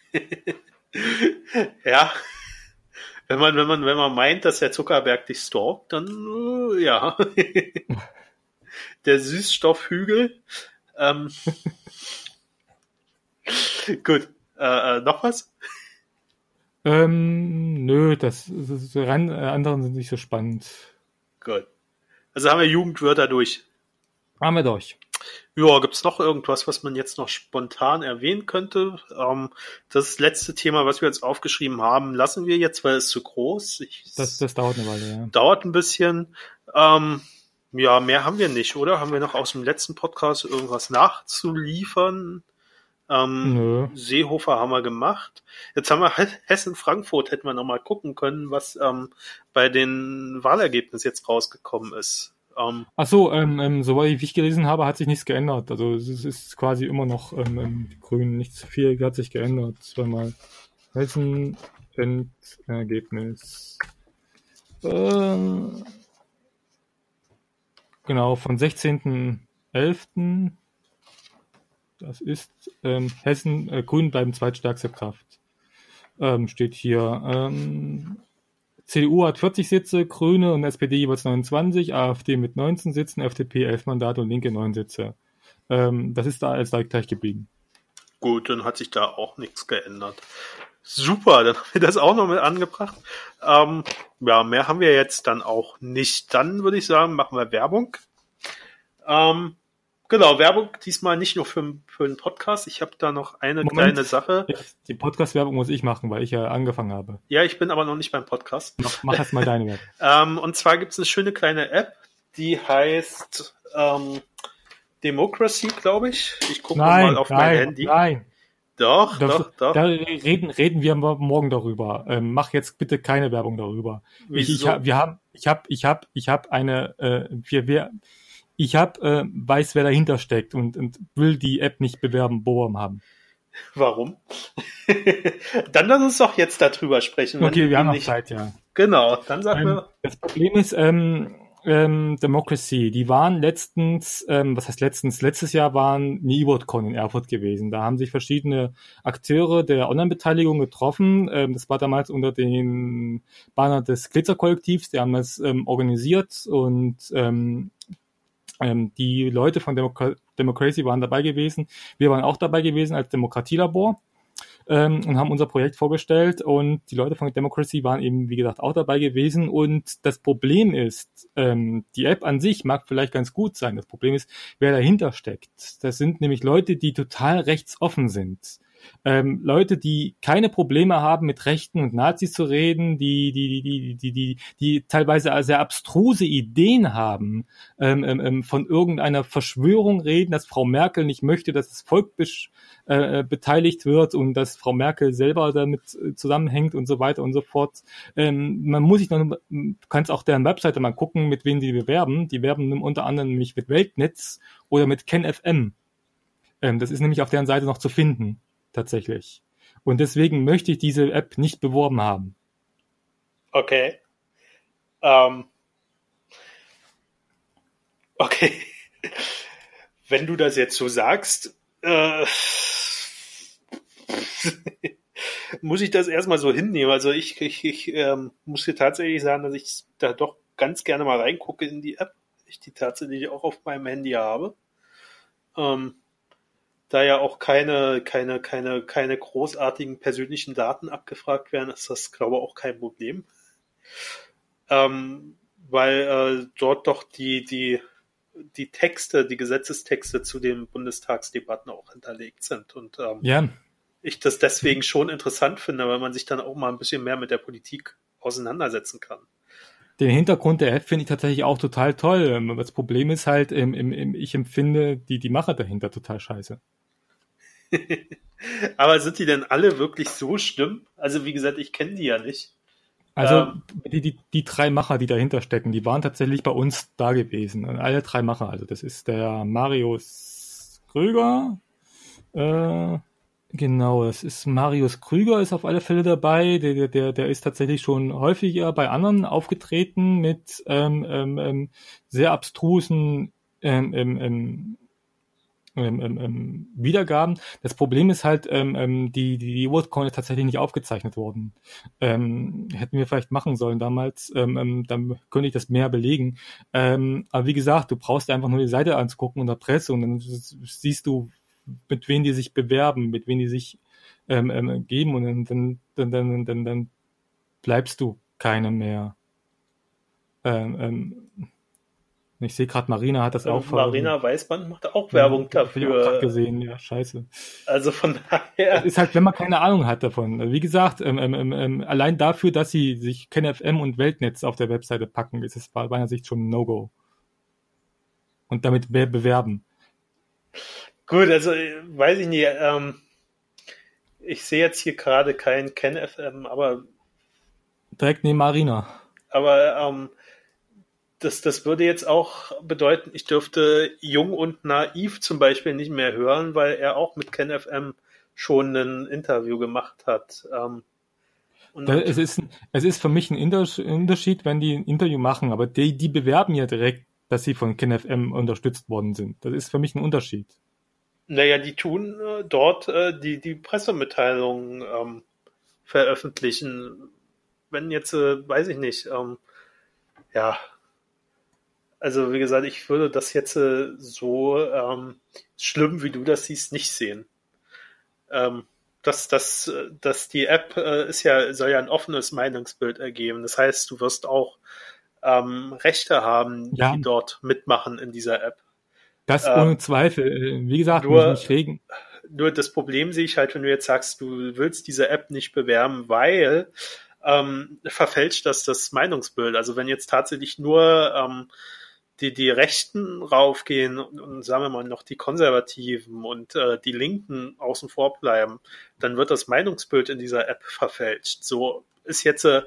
Ja, wenn man, wenn man, wenn man meint, dass der Zuckerberg dich stalkt, dann äh, ja. Der Süßstoffhügel. Ähm, gut. Äh, äh, noch was? Ähm, nö, das, das die ran- äh, anderen sind nicht so spannend. Gut. Also haben wir Jugendwörter durch. Haben wir durch. Ja, gibt's noch irgendwas, was man jetzt noch spontan erwähnen könnte? Ähm, das letzte Thema, was wir jetzt aufgeschrieben haben, lassen wir jetzt, weil es zu groß. Ich, Das, es das dauert eine Weile, ja. dauert ein bisschen. Ähm, ja, mehr haben wir nicht, oder? Haben wir noch aus dem letzten Podcast irgendwas nachzuliefern? Ähm, Nö. Seehofer haben wir gemacht. Jetzt haben wir Hessen-Frankfurt, hätten wir noch mal gucken können, was ähm, bei den Wahlergebnissen jetzt rausgekommen ist. Ähm, Ach so, ähm, ähm, soweit ich gelesen habe, hat sich nichts geändert. Also es ist quasi immer noch ähm, ähm, die Grünen, nicht zu viel hat sich geändert. Zweimal Hessen Endergebnis. Ähm, genau, von sechzehnten elften Das ist ähm, Hessen, äh, Grünen bleiben zweitstärkste Kraft. Ähm, steht hier. Ähm, C D U hat vierzig Sitze, Grüne und S P D jeweils neunundzwanzig, AfD mit neunzehn Sitzen, F D P elf Mandate und Linke neun Sitze. Ähm, das ist da als gleich geblieben. gut, dann hat sich da auch nichts geändert. Super, dann haben wir das auch noch mit angebracht. Ähm, ja, mehr haben wir jetzt dann auch nicht. Dann würde ich sagen, machen wir Werbung. Ähm, genau, Werbung diesmal nicht nur für, für einen Podcast. Ich habe da noch eine Moment, kleine Sache. jetzt die Podcast-Werbung muss ich machen, weil ich ja angefangen habe. Ja, ich bin aber noch nicht beim Podcast. Mach, mach erst mal deine Werbung. Ähm, und zwar gibt es eine schöne kleine App, die heißt ähm, Democracy, glaube ich. Ich gucke mal Nein, auf mein nein, Handy. nein. Doch, Da, doch, doch. da reden, reden wir morgen darüber. Ähm, mach jetzt bitte keine Werbung darüber. Ich, ich Wieso? hab, wir haben, ich habe, ich habe, ich habe eine, äh, wir, wir, ich habe, äh, weiß, wer dahinter steckt und, und will die App nicht bewerben, beworben haben. Warum? Dann lass uns doch jetzt darüber sprechen. Okay, wenn wir haben noch nicht... Zeit, ja. Genau, dann sag Ähm, mir. das Problem ist, ähm, ähm, Democracy, die waren letztens, ähm, was heißt letztens, letztes Jahr waren eine E-WordCon in Erfurt gewesen. Da haben sich verschiedene Akteure der Online-Beteiligung getroffen. Ähm, das war damals unter den Banner des Glitzer-Kollektivs, die haben das ähm, organisiert und ähm, ähm, die Leute von Democ- Democracy waren dabei gewesen. Wir waren auch dabei gewesen als Demokratielabor. Ähm, und haben unser Projekt vorgestellt und die Leute von Democracy waren eben, wie gesagt, auch dabei gewesen und das Problem ist, ähm, die App an sich mag vielleicht ganz gut sein, das Problem ist, wer dahinter steckt. Das sind nämlich Leute, die total rechtsoffen sind. Ähm, Leute, die keine Probleme haben, mit Rechten und Nazis zu reden, die, die, die, die, die, die, die teilweise sehr abstruse Ideen haben, ähm, ähm, von irgendeiner Verschwörung reden, dass Frau Merkel nicht möchte, dass das Volk besch- äh, beteiligt wird und dass Frau Merkel selber damit äh, zusammenhängt und so weiter und so fort. Ähm, man muss sich noch, du kannst auch deren Webseite mal gucken, mit wem die bewerben. Die werben unter anderem nämlich mit Weltnetz oder mit KenFM. Ähm, das ist nämlich auf deren Seite noch zu finden. Tatsächlich. Und deswegen möchte ich diese App nicht beworben haben. Okay. Ähm. Okay. Wenn du das jetzt so sagst, äh, muss ich das erstmal so hinnehmen. Also ich, ich, ich ähm, muss dir tatsächlich sagen, dass ich da doch ganz gerne mal reingucke in die App. Ich die tatsächlich auch auf meinem Handy habe. Ähm, da ja auch keine, keine, keine, keine großartigen persönlichen Daten abgefragt werden, ist das, glaube ich, auch kein Problem. Ähm, weil äh, dort doch die, die, die Texte, die Gesetzestexte zu den Bundestagsdebatten auch hinterlegt sind. Und ähm, Ja. ich das deswegen schon interessant finde, weil man sich dann auch mal ein bisschen mehr mit der Politik auseinandersetzen kann. Den Hintergrund der App finde ich tatsächlich auch total toll. Das Problem ist halt, im, im, im, ich empfinde die, die Macher dahinter total scheiße. Aber sind die denn alle wirklich so schlimm? Also wie gesagt, ich kenne die ja nicht. Also Ähm, die, die, die drei Macher, die dahinter stecken, die waren tatsächlich bei uns da gewesen. Alle drei Macher. Also das ist der Marius Krüger. Äh, genau, das ist Marius Krüger ist auf alle Fälle dabei. Der, der, der ist tatsächlich schon häufiger bei anderen aufgetreten mit ähm, ähm, ähm, sehr abstrusen ähm, ähm, ähm, ähm, ähm, ähm, Wiedergaben. Das Problem ist halt, ähm, ähm, die, die, die WorldCon ist tatsächlich nicht aufgezeichnet worden. Ähm, hätten wir vielleicht machen sollen damals, ähm, ähm, dann könnte ich das mehr belegen. Ähm, aber wie gesagt, du brauchst einfach nur die Seite anzugucken unter Presse und dann siehst du, mit wem die sich bewerben, mit wem die sich ähm, ähm, geben und dann, dann, dann, dann, dann, dann bleibst du keine mehr. Ähm, ähm, ich sehe gerade, Marina hat das auch Marina Weißband macht auch ja, Werbung hab ich auch gerade dafür. gesehen, ja, scheiße. Also von Es daher. ist halt, wenn man keine Ahnung hat davon. Also wie gesagt, ähm, ähm, ähm, allein dafür, dass sie sich KenFM und Weltnetz auf der Webseite packen, ist es aus meiner Sicht schon ein No-Go. Und damit be- bewerben. Gut, also äh, weiß ich nicht. Ähm, ich sehe jetzt hier gerade kein KenFM, aber Direkt neben Marina. aber ähm, das, das würde jetzt auch bedeuten, ich dürfte Jung und Naiv zum Beispiel nicht mehr hören, weil er auch mit KenFM schon ein Interview gemacht hat. Ähm, und, Da, und es, ist, es ist für mich ein Inter- Unterschied, wenn die ein Interview machen, aber die, die bewerben ja direkt, dass sie von KenFM unterstützt worden sind. Das ist für mich ein Unterschied. naja, die tun äh, dort äh, die, die Pressemitteilungen ähm, veröffentlichen. Wenn jetzt, äh, weiß ich nicht, ähm, ja, also wie gesagt, ich würde das jetzt äh, so ähm, schlimm, wie du das siehst, nicht sehen. Ähm, dass, dass, äh, dass die App äh, ist ja, soll ja ein offenes Meinungsbild ergeben. Das heißt, du wirst auch ähm, Rechte haben, Ja, die dort mitmachen in dieser App. das ohne Ähm, Zweifel. Äh, Wie gesagt, mich, nur, mich regen. nur das Problem sehe ich halt, wenn du jetzt sagst, du willst diese App nicht bewerben, weil ähm, verfälscht das das Meinungsbild. Also wenn jetzt tatsächlich nur ähm, die, die Rechten raufgehen und, und sagen wir mal noch die Konservativen und äh, die Linken außen vor bleiben, dann wird das Meinungsbild in dieser App verfälscht. So ist jetzt äh,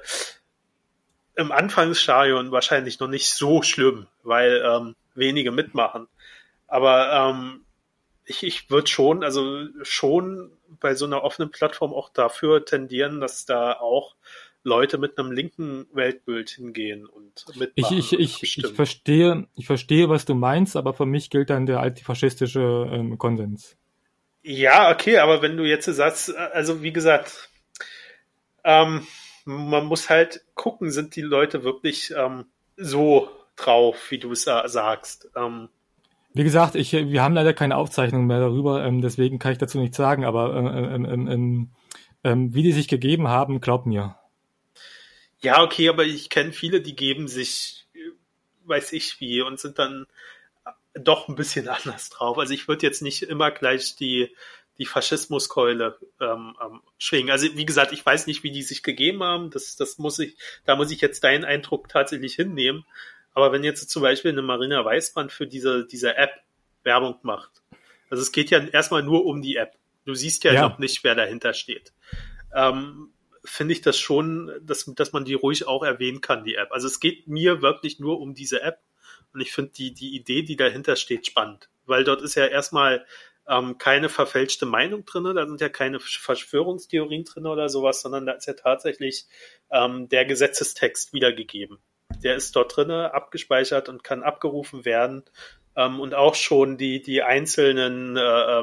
im Anfangsstadion wahrscheinlich noch nicht so schlimm, weil ähm, wenige mitmachen. Aber ähm, ich, ich würde schon, also schon bei so einer offenen Plattform auch dafür tendieren, dass da auch Leute mit einem linken Weltbild hingehen und Ich, mitmachen ich, und ich, ich abstimmen. verstehe, ich verstehe, was du meinst, aber für mich gilt dann der antifaschistische ähm, Konsens. Ja, okay, aber wenn du jetzt sagst, also wie gesagt, ähm, man muss halt gucken, sind die Leute wirklich ähm, so drauf, wie du es äh, sagst. Ähm, Wie gesagt, ich, wir haben leider keine Aufzeichnung mehr darüber, ähm, deswegen kann ich dazu nichts sagen, aber ähm, ähm, ähm, ähm, wie die sich gegeben haben, glaub mir. ja, okay, aber ich kenne viele, die geben sich, weiß ich wie, und sind dann doch ein bisschen anders drauf. Also ich würde jetzt nicht immer gleich die, die Faschismuskeule ähm, ähm, schwingen. Also wie gesagt, ich weiß nicht, wie die sich gegeben haben. Das, das muss ich, da muss ich jetzt deinen Eindruck tatsächlich hinnehmen. Aber wenn jetzt zum Beispiel eine Marina Weißband für diese, diese App Werbung macht, also es geht ja erstmal nur um die App. Du siehst ja, ja. noch nicht, wer dahinter steht. Ähm, finde ich das schon, dass, dass man die ruhig auch erwähnen kann, die App. Also es geht mir wirklich nur um diese App. Und ich finde die, die Idee, die dahinter steht, spannend. Weil dort ist ja erstmal ähm, keine verfälschte Meinung drin, da sind ja keine Verschwörungstheorien drin oder sowas, sondern da ist ja tatsächlich ähm, der Gesetzestext wiedergegeben. Der ist dort drin, abgespeichert und kann abgerufen werden. Ähm, und auch schon die, die einzelnen äh,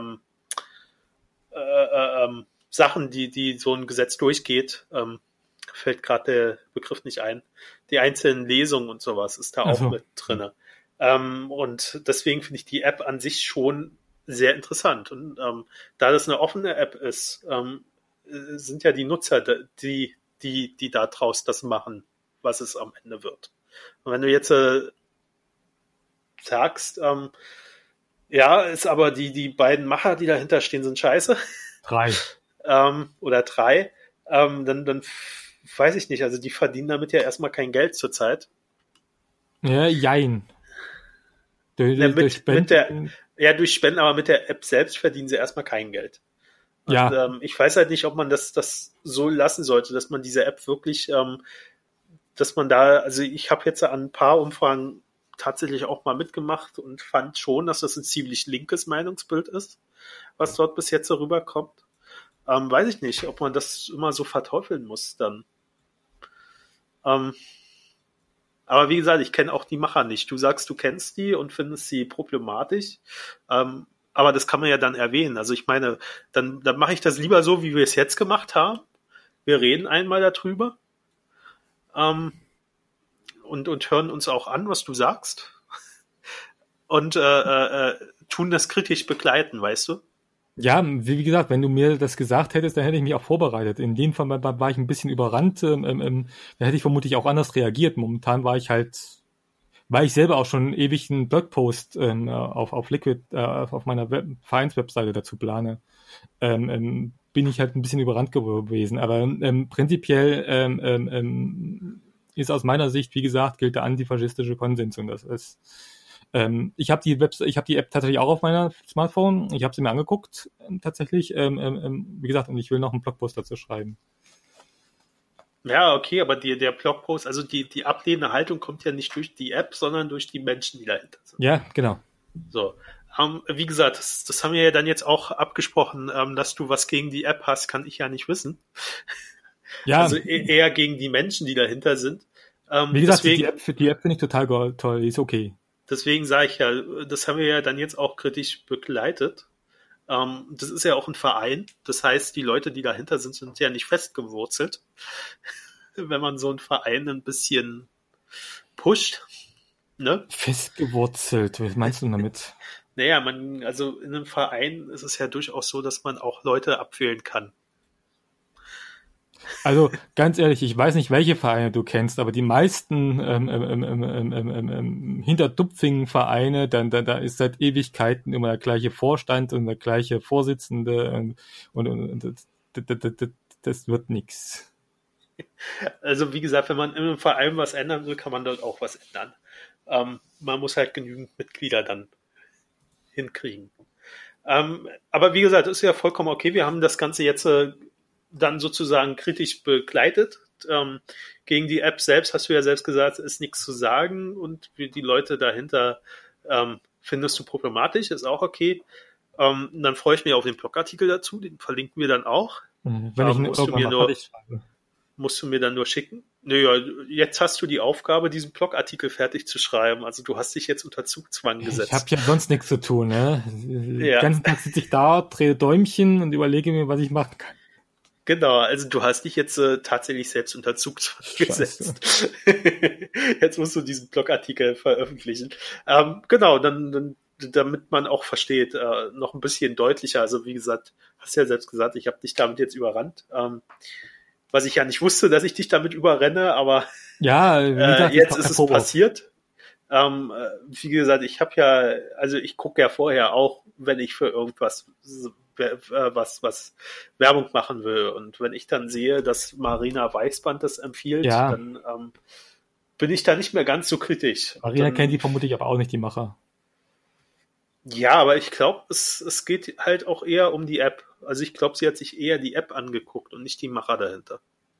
äh, äh, Sachen, die, die so ein Gesetz durchgeht, ähm, fällt gerade der Begriff nicht ein. Die einzelnen Lesungen und sowas ist da Also, auch mit drin. Ähm, und deswegen finde ich die App an sich schon sehr interessant. Und ähm, da das eine offene App ist, ähm, sind ja die Nutzer, die, die, die da draus das machen, was es am Ende wird. Und wenn du jetzt äh, sagst, ähm, ja, ist aber die, die beiden Macher, die dahinter stehen, sind scheiße. Drei. ähm, oder drei, ähm, dann, dann weiß ich nicht, also die verdienen damit ja erstmal kein Geld zurzeit. Ja, jein. Durch, Ja, durch, durch mit, Spenden. mit der, ja, durch Spenden, aber mit der App selbst verdienen sie erstmal kein Geld. Und Ja. ähm, ich weiß halt nicht, ob man das, das so lassen sollte, dass man diese App wirklich, ähm, dass man da, also ich habe jetzt an ein paar Umfragen tatsächlich auch mal mitgemacht und fand schon, dass das ein ziemlich linkes Meinungsbild ist, was dort bis jetzt so rüberkommt. Ähm, weiß ich nicht, ob man das immer so verteufeln muss dann. Ähm, aber wie gesagt, ich kenne auch die Macher nicht. Du sagst, du kennst die und findest sie problematisch. Ähm, aber das kann man ja dann erwähnen. Also ich meine, dann, dann mache ich das lieber so, wie wir es jetzt gemacht haben. Wir reden einmal darüber ähm, und, und hören uns auch an, was du sagst. Und äh, äh, tun das kritisch begleiten, weißt du? Ja, wie wie gesagt, wenn du mir das gesagt hättest, dann hätte ich mich auch vorbereitet. In dem Fall war, war ich ein bisschen überrannt. Ähm, ähm, da hätte ich vermutlich auch anders reagiert. Momentan war ich halt, weil ich selber auch schon ewig einen Blogpost ähm, auf, auf Liquid, äh, auf meiner Web Vereinswebseite dazu plane, ähm, ähm, bin ich halt ein bisschen überrannt gewesen. Aber ähm, prinzipiell ähm, ähm, ähm, ist aus meiner Sicht, wie gesagt, gilt der antifaschistische Konsens und das ist ähm, ich habe die Web ich habe die App tatsächlich auch auf meiner Smartphone. Ich habe sie mir angeguckt ähm, tatsächlich. Ähm, ähm, wie gesagt, und ich will noch einen Blogpost dazu schreiben. Ja, okay, aber die, der Blogpost, also die, die ablehnende Haltung kommt ja nicht durch die App, sondern durch die Menschen, die dahinter sind. Ja, genau. So, ähm, wie gesagt, das, das haben wir ja dann jetzt auch abgesprochen, ähm, dass du was gegen die App hast, kann ich ja nicht wissen. Ja, Also e- eher gegen die Menschen, die dahinter sind. Ähm, wie gesagt, deswegen, die App, die App finde ich total go- toll, die ist okay. deswegen sage ich ja, das haben wir ja dann jetzt auch kritisch begleitet. Ähm, das ist ja auch ein Verein. Das heißt, die Leute, die dahinter sind, sind ja nicht festgewurzelt. Wenn man so einen Verein ein bisschen pusht, ne? Festgewurzelt, was meinst du damit? Naja, man, also in einem Verein ist es ja durchaus so, dass man auch Leute abwählen kann. Also ganz ehrlich, ich weiß nicht, welche Vereine du kennst, aber die meisten ähm, ähm, ähm, ähm, ähm, ähm, ähm, Hinter-Dupfingen-Vereine, dann, dann da ist seit Ewigkeiten immer der gleiche Vorstand und der gleiche Vorsitzende und, und, und, und das, das, das, das wird nix. Also wie gesagt, wenn man in einem Verein was ändern will, kann man dort auch was ändern. Ähm, man muss halt genügend Mitglieder dann hinkriegen. Ähm, aber wie gesagt, ist ja vollkommen okay. Wir haben das Ganze jetzt äh, dann sozusagen kritisch begleitet. Ähm, gegen die App selbst hast du ja selbst gesagt, ist nichts zu sagen und die Leute dahinter ähm, findest du problematisch, ist auch okay. Ähm, dann freue ich mich auf den Blogartikel dazu, den verlinken wir dann auch. Wenn ich ähm, ihn musst, du irgendwann mir mal nur, fertig schreibe. musst du mir dann nur schicken. Naja, jetzt hast du die Aufgabe, diesen Blogartikel fertig zu schreiben. Also du hast dich jetzt unter Zugzwang gesetzt. Ich habe ja sonst nichts zu tun, ne? Den Ja. ganzen Tag sitze ich da, drehe Däumchen und überlege mir, was ich machen kann. Genau, also du hast dich jetzt äh, tatsächlich selbst unter Zugzwang Scheiße. gesetzt. Jetzt musst du diesen Blogartikel veröffentlichen. Ähm, genau, dann, dann, damit man auch versteht, äh, noch ein bisschen deutlicher. Also wie gesagt, hast ja selbst gesagt, ich habe dich damit jetzt überrannt. Ähm, was ich ja nicht wusste, dass ich dich damit überrenne, aber Ja, wie gesagt, äh, jetzt ist ist es Vorwurf. passiert. Ähm, äh, wie gesagt, ich habe ja, also ich gucke ja vorher auch, wenn ich für irgendwas was, was Werbung machen will. Und wenn ich dann sehe, dass Marina Weichsband das empfiehlt, Ja. dann ähm, bin ich da nicht mehr ganz so kritisch. Marina dann, kennt die vermutlich aber auch nicht, die Macher. Ja, aber ich glaube, es, es geht halt auch eher um die App. Also ich glaube, sie hat sich eher die App angeguckt und nicht die Macher dahinter.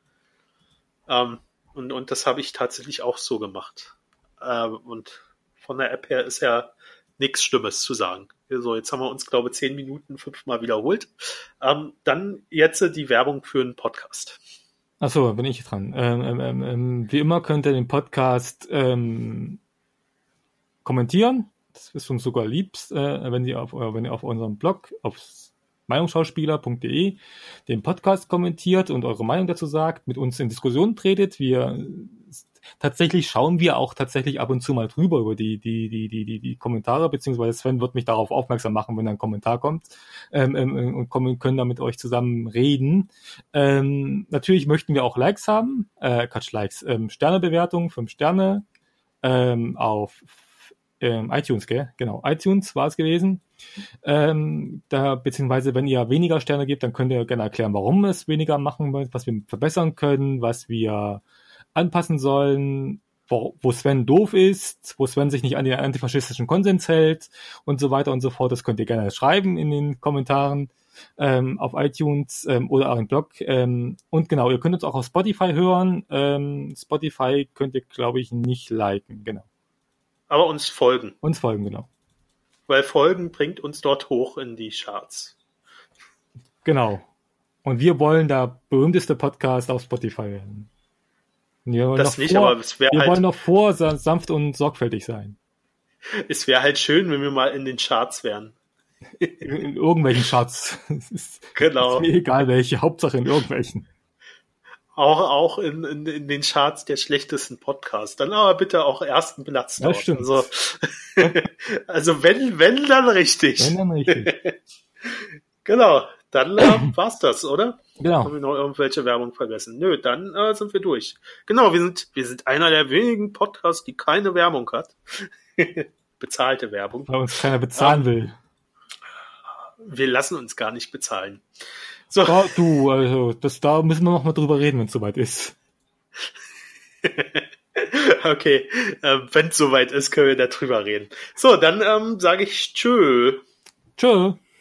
Ähm, und, und das habe ich tatsächlich auch so gemacht. Ähm, und von der App her ist ja nichts Stimmes zu sagen. So, jetzt haben wir uns, glaube ich, zehn Minuten fünfmal wiederholt. Ähm, dann jetzt die Werbung für einen Podcast. Ach so, bin ich dran. Ähm, ähm, ähm, wie immer könnt ihr den Podcast ähm, kommentieren. Das ist uns sogar liebst, äh, wenn ihr auf, wenn ihr auf unserem Blog auf meinungsschauspieler punkt de den Podcast kommentiert und eure Meinung dazu sagt, mit uns in Diskussion tretet. Wir tatsächlich schauen wir auch tatsächlich ab und zu mal drüber über die die die die die, die Kommentare, beziehungsweise Sven wird mich darauf aufmerksam machen, wenn ein Kommentar kommt, ähm, ähm, und kommen, können da mit euch zusammen reden. Ähm, natürlich möchten wir auch Likes haben, äh, Quatsch, Likes, ähm, Sternebewertungen, fünf Sterne ähm, auf ähm, iTunes, gell? Genau, iTunes war es gewesen. Ähm, da, beziehungsweise, wenn ihr weniger Sterne gebt, dann könnt ihr gerne erklären, warum es weniger machen wollt, was wir verbessern können, was wir anpassen sollen, wo, wo Sven doof ist, wo Sven sich nicht an den antifaschistischen Konsens hält und so weiter und so fort. Das könnt ihr gerne schreiben in den Kommentaren ähm, auf iTunes ähm, oder auch im Blog. Ähm, und genau, ihr könnt uns auch auf Spotify hören. Ähm, Spotify könnt ihr, glaube ich, nicht liken, genau. Aber uns folgen. Uns folgen, genau. Weil Folgen bringt uns dort hoch in die Charts. Genau. Und wir wollen der berühmteste Podcast auf Spotify werden. Wir das nicht, vor, aber es wäre Wir halt, wollen noch vor sanft und sorgfältig sein. Es wäre halt schön, wenn wir mal in den Charts wären. In, in irgendwelchen Charts. Ist, genau. Ist mir egal welche, Hauptsache in irgendwelchen. Auch, auch in, in, in den Charts der schlechtesten Podcasts. Dann aber bitte auch ersten Platz dort. Das stimmt. Also, also wenn, wenn, dann richtig. Wenn dann richtig. Genau, dann äh, war's das, oder? Genau. Haben wir noch irgendwelche Werbung vergessen? Nö, dann äh, sind wir durch. Genau, wir sind, wir sind einer der wenigen Podcasts, die keine Werbung hat. Bezahlte Werbung. Weil uns keiner bezahlen um, will. Wir lassen uns gar nicht bezahlen. So. Ja, du, also, das, da müssen wir noch mal drüber reden, wenn es soweit ist. Okay, äh, wenn es soweit ist, können wir da drüber reden. So, dann ähm, sage ich tschö. Tschö.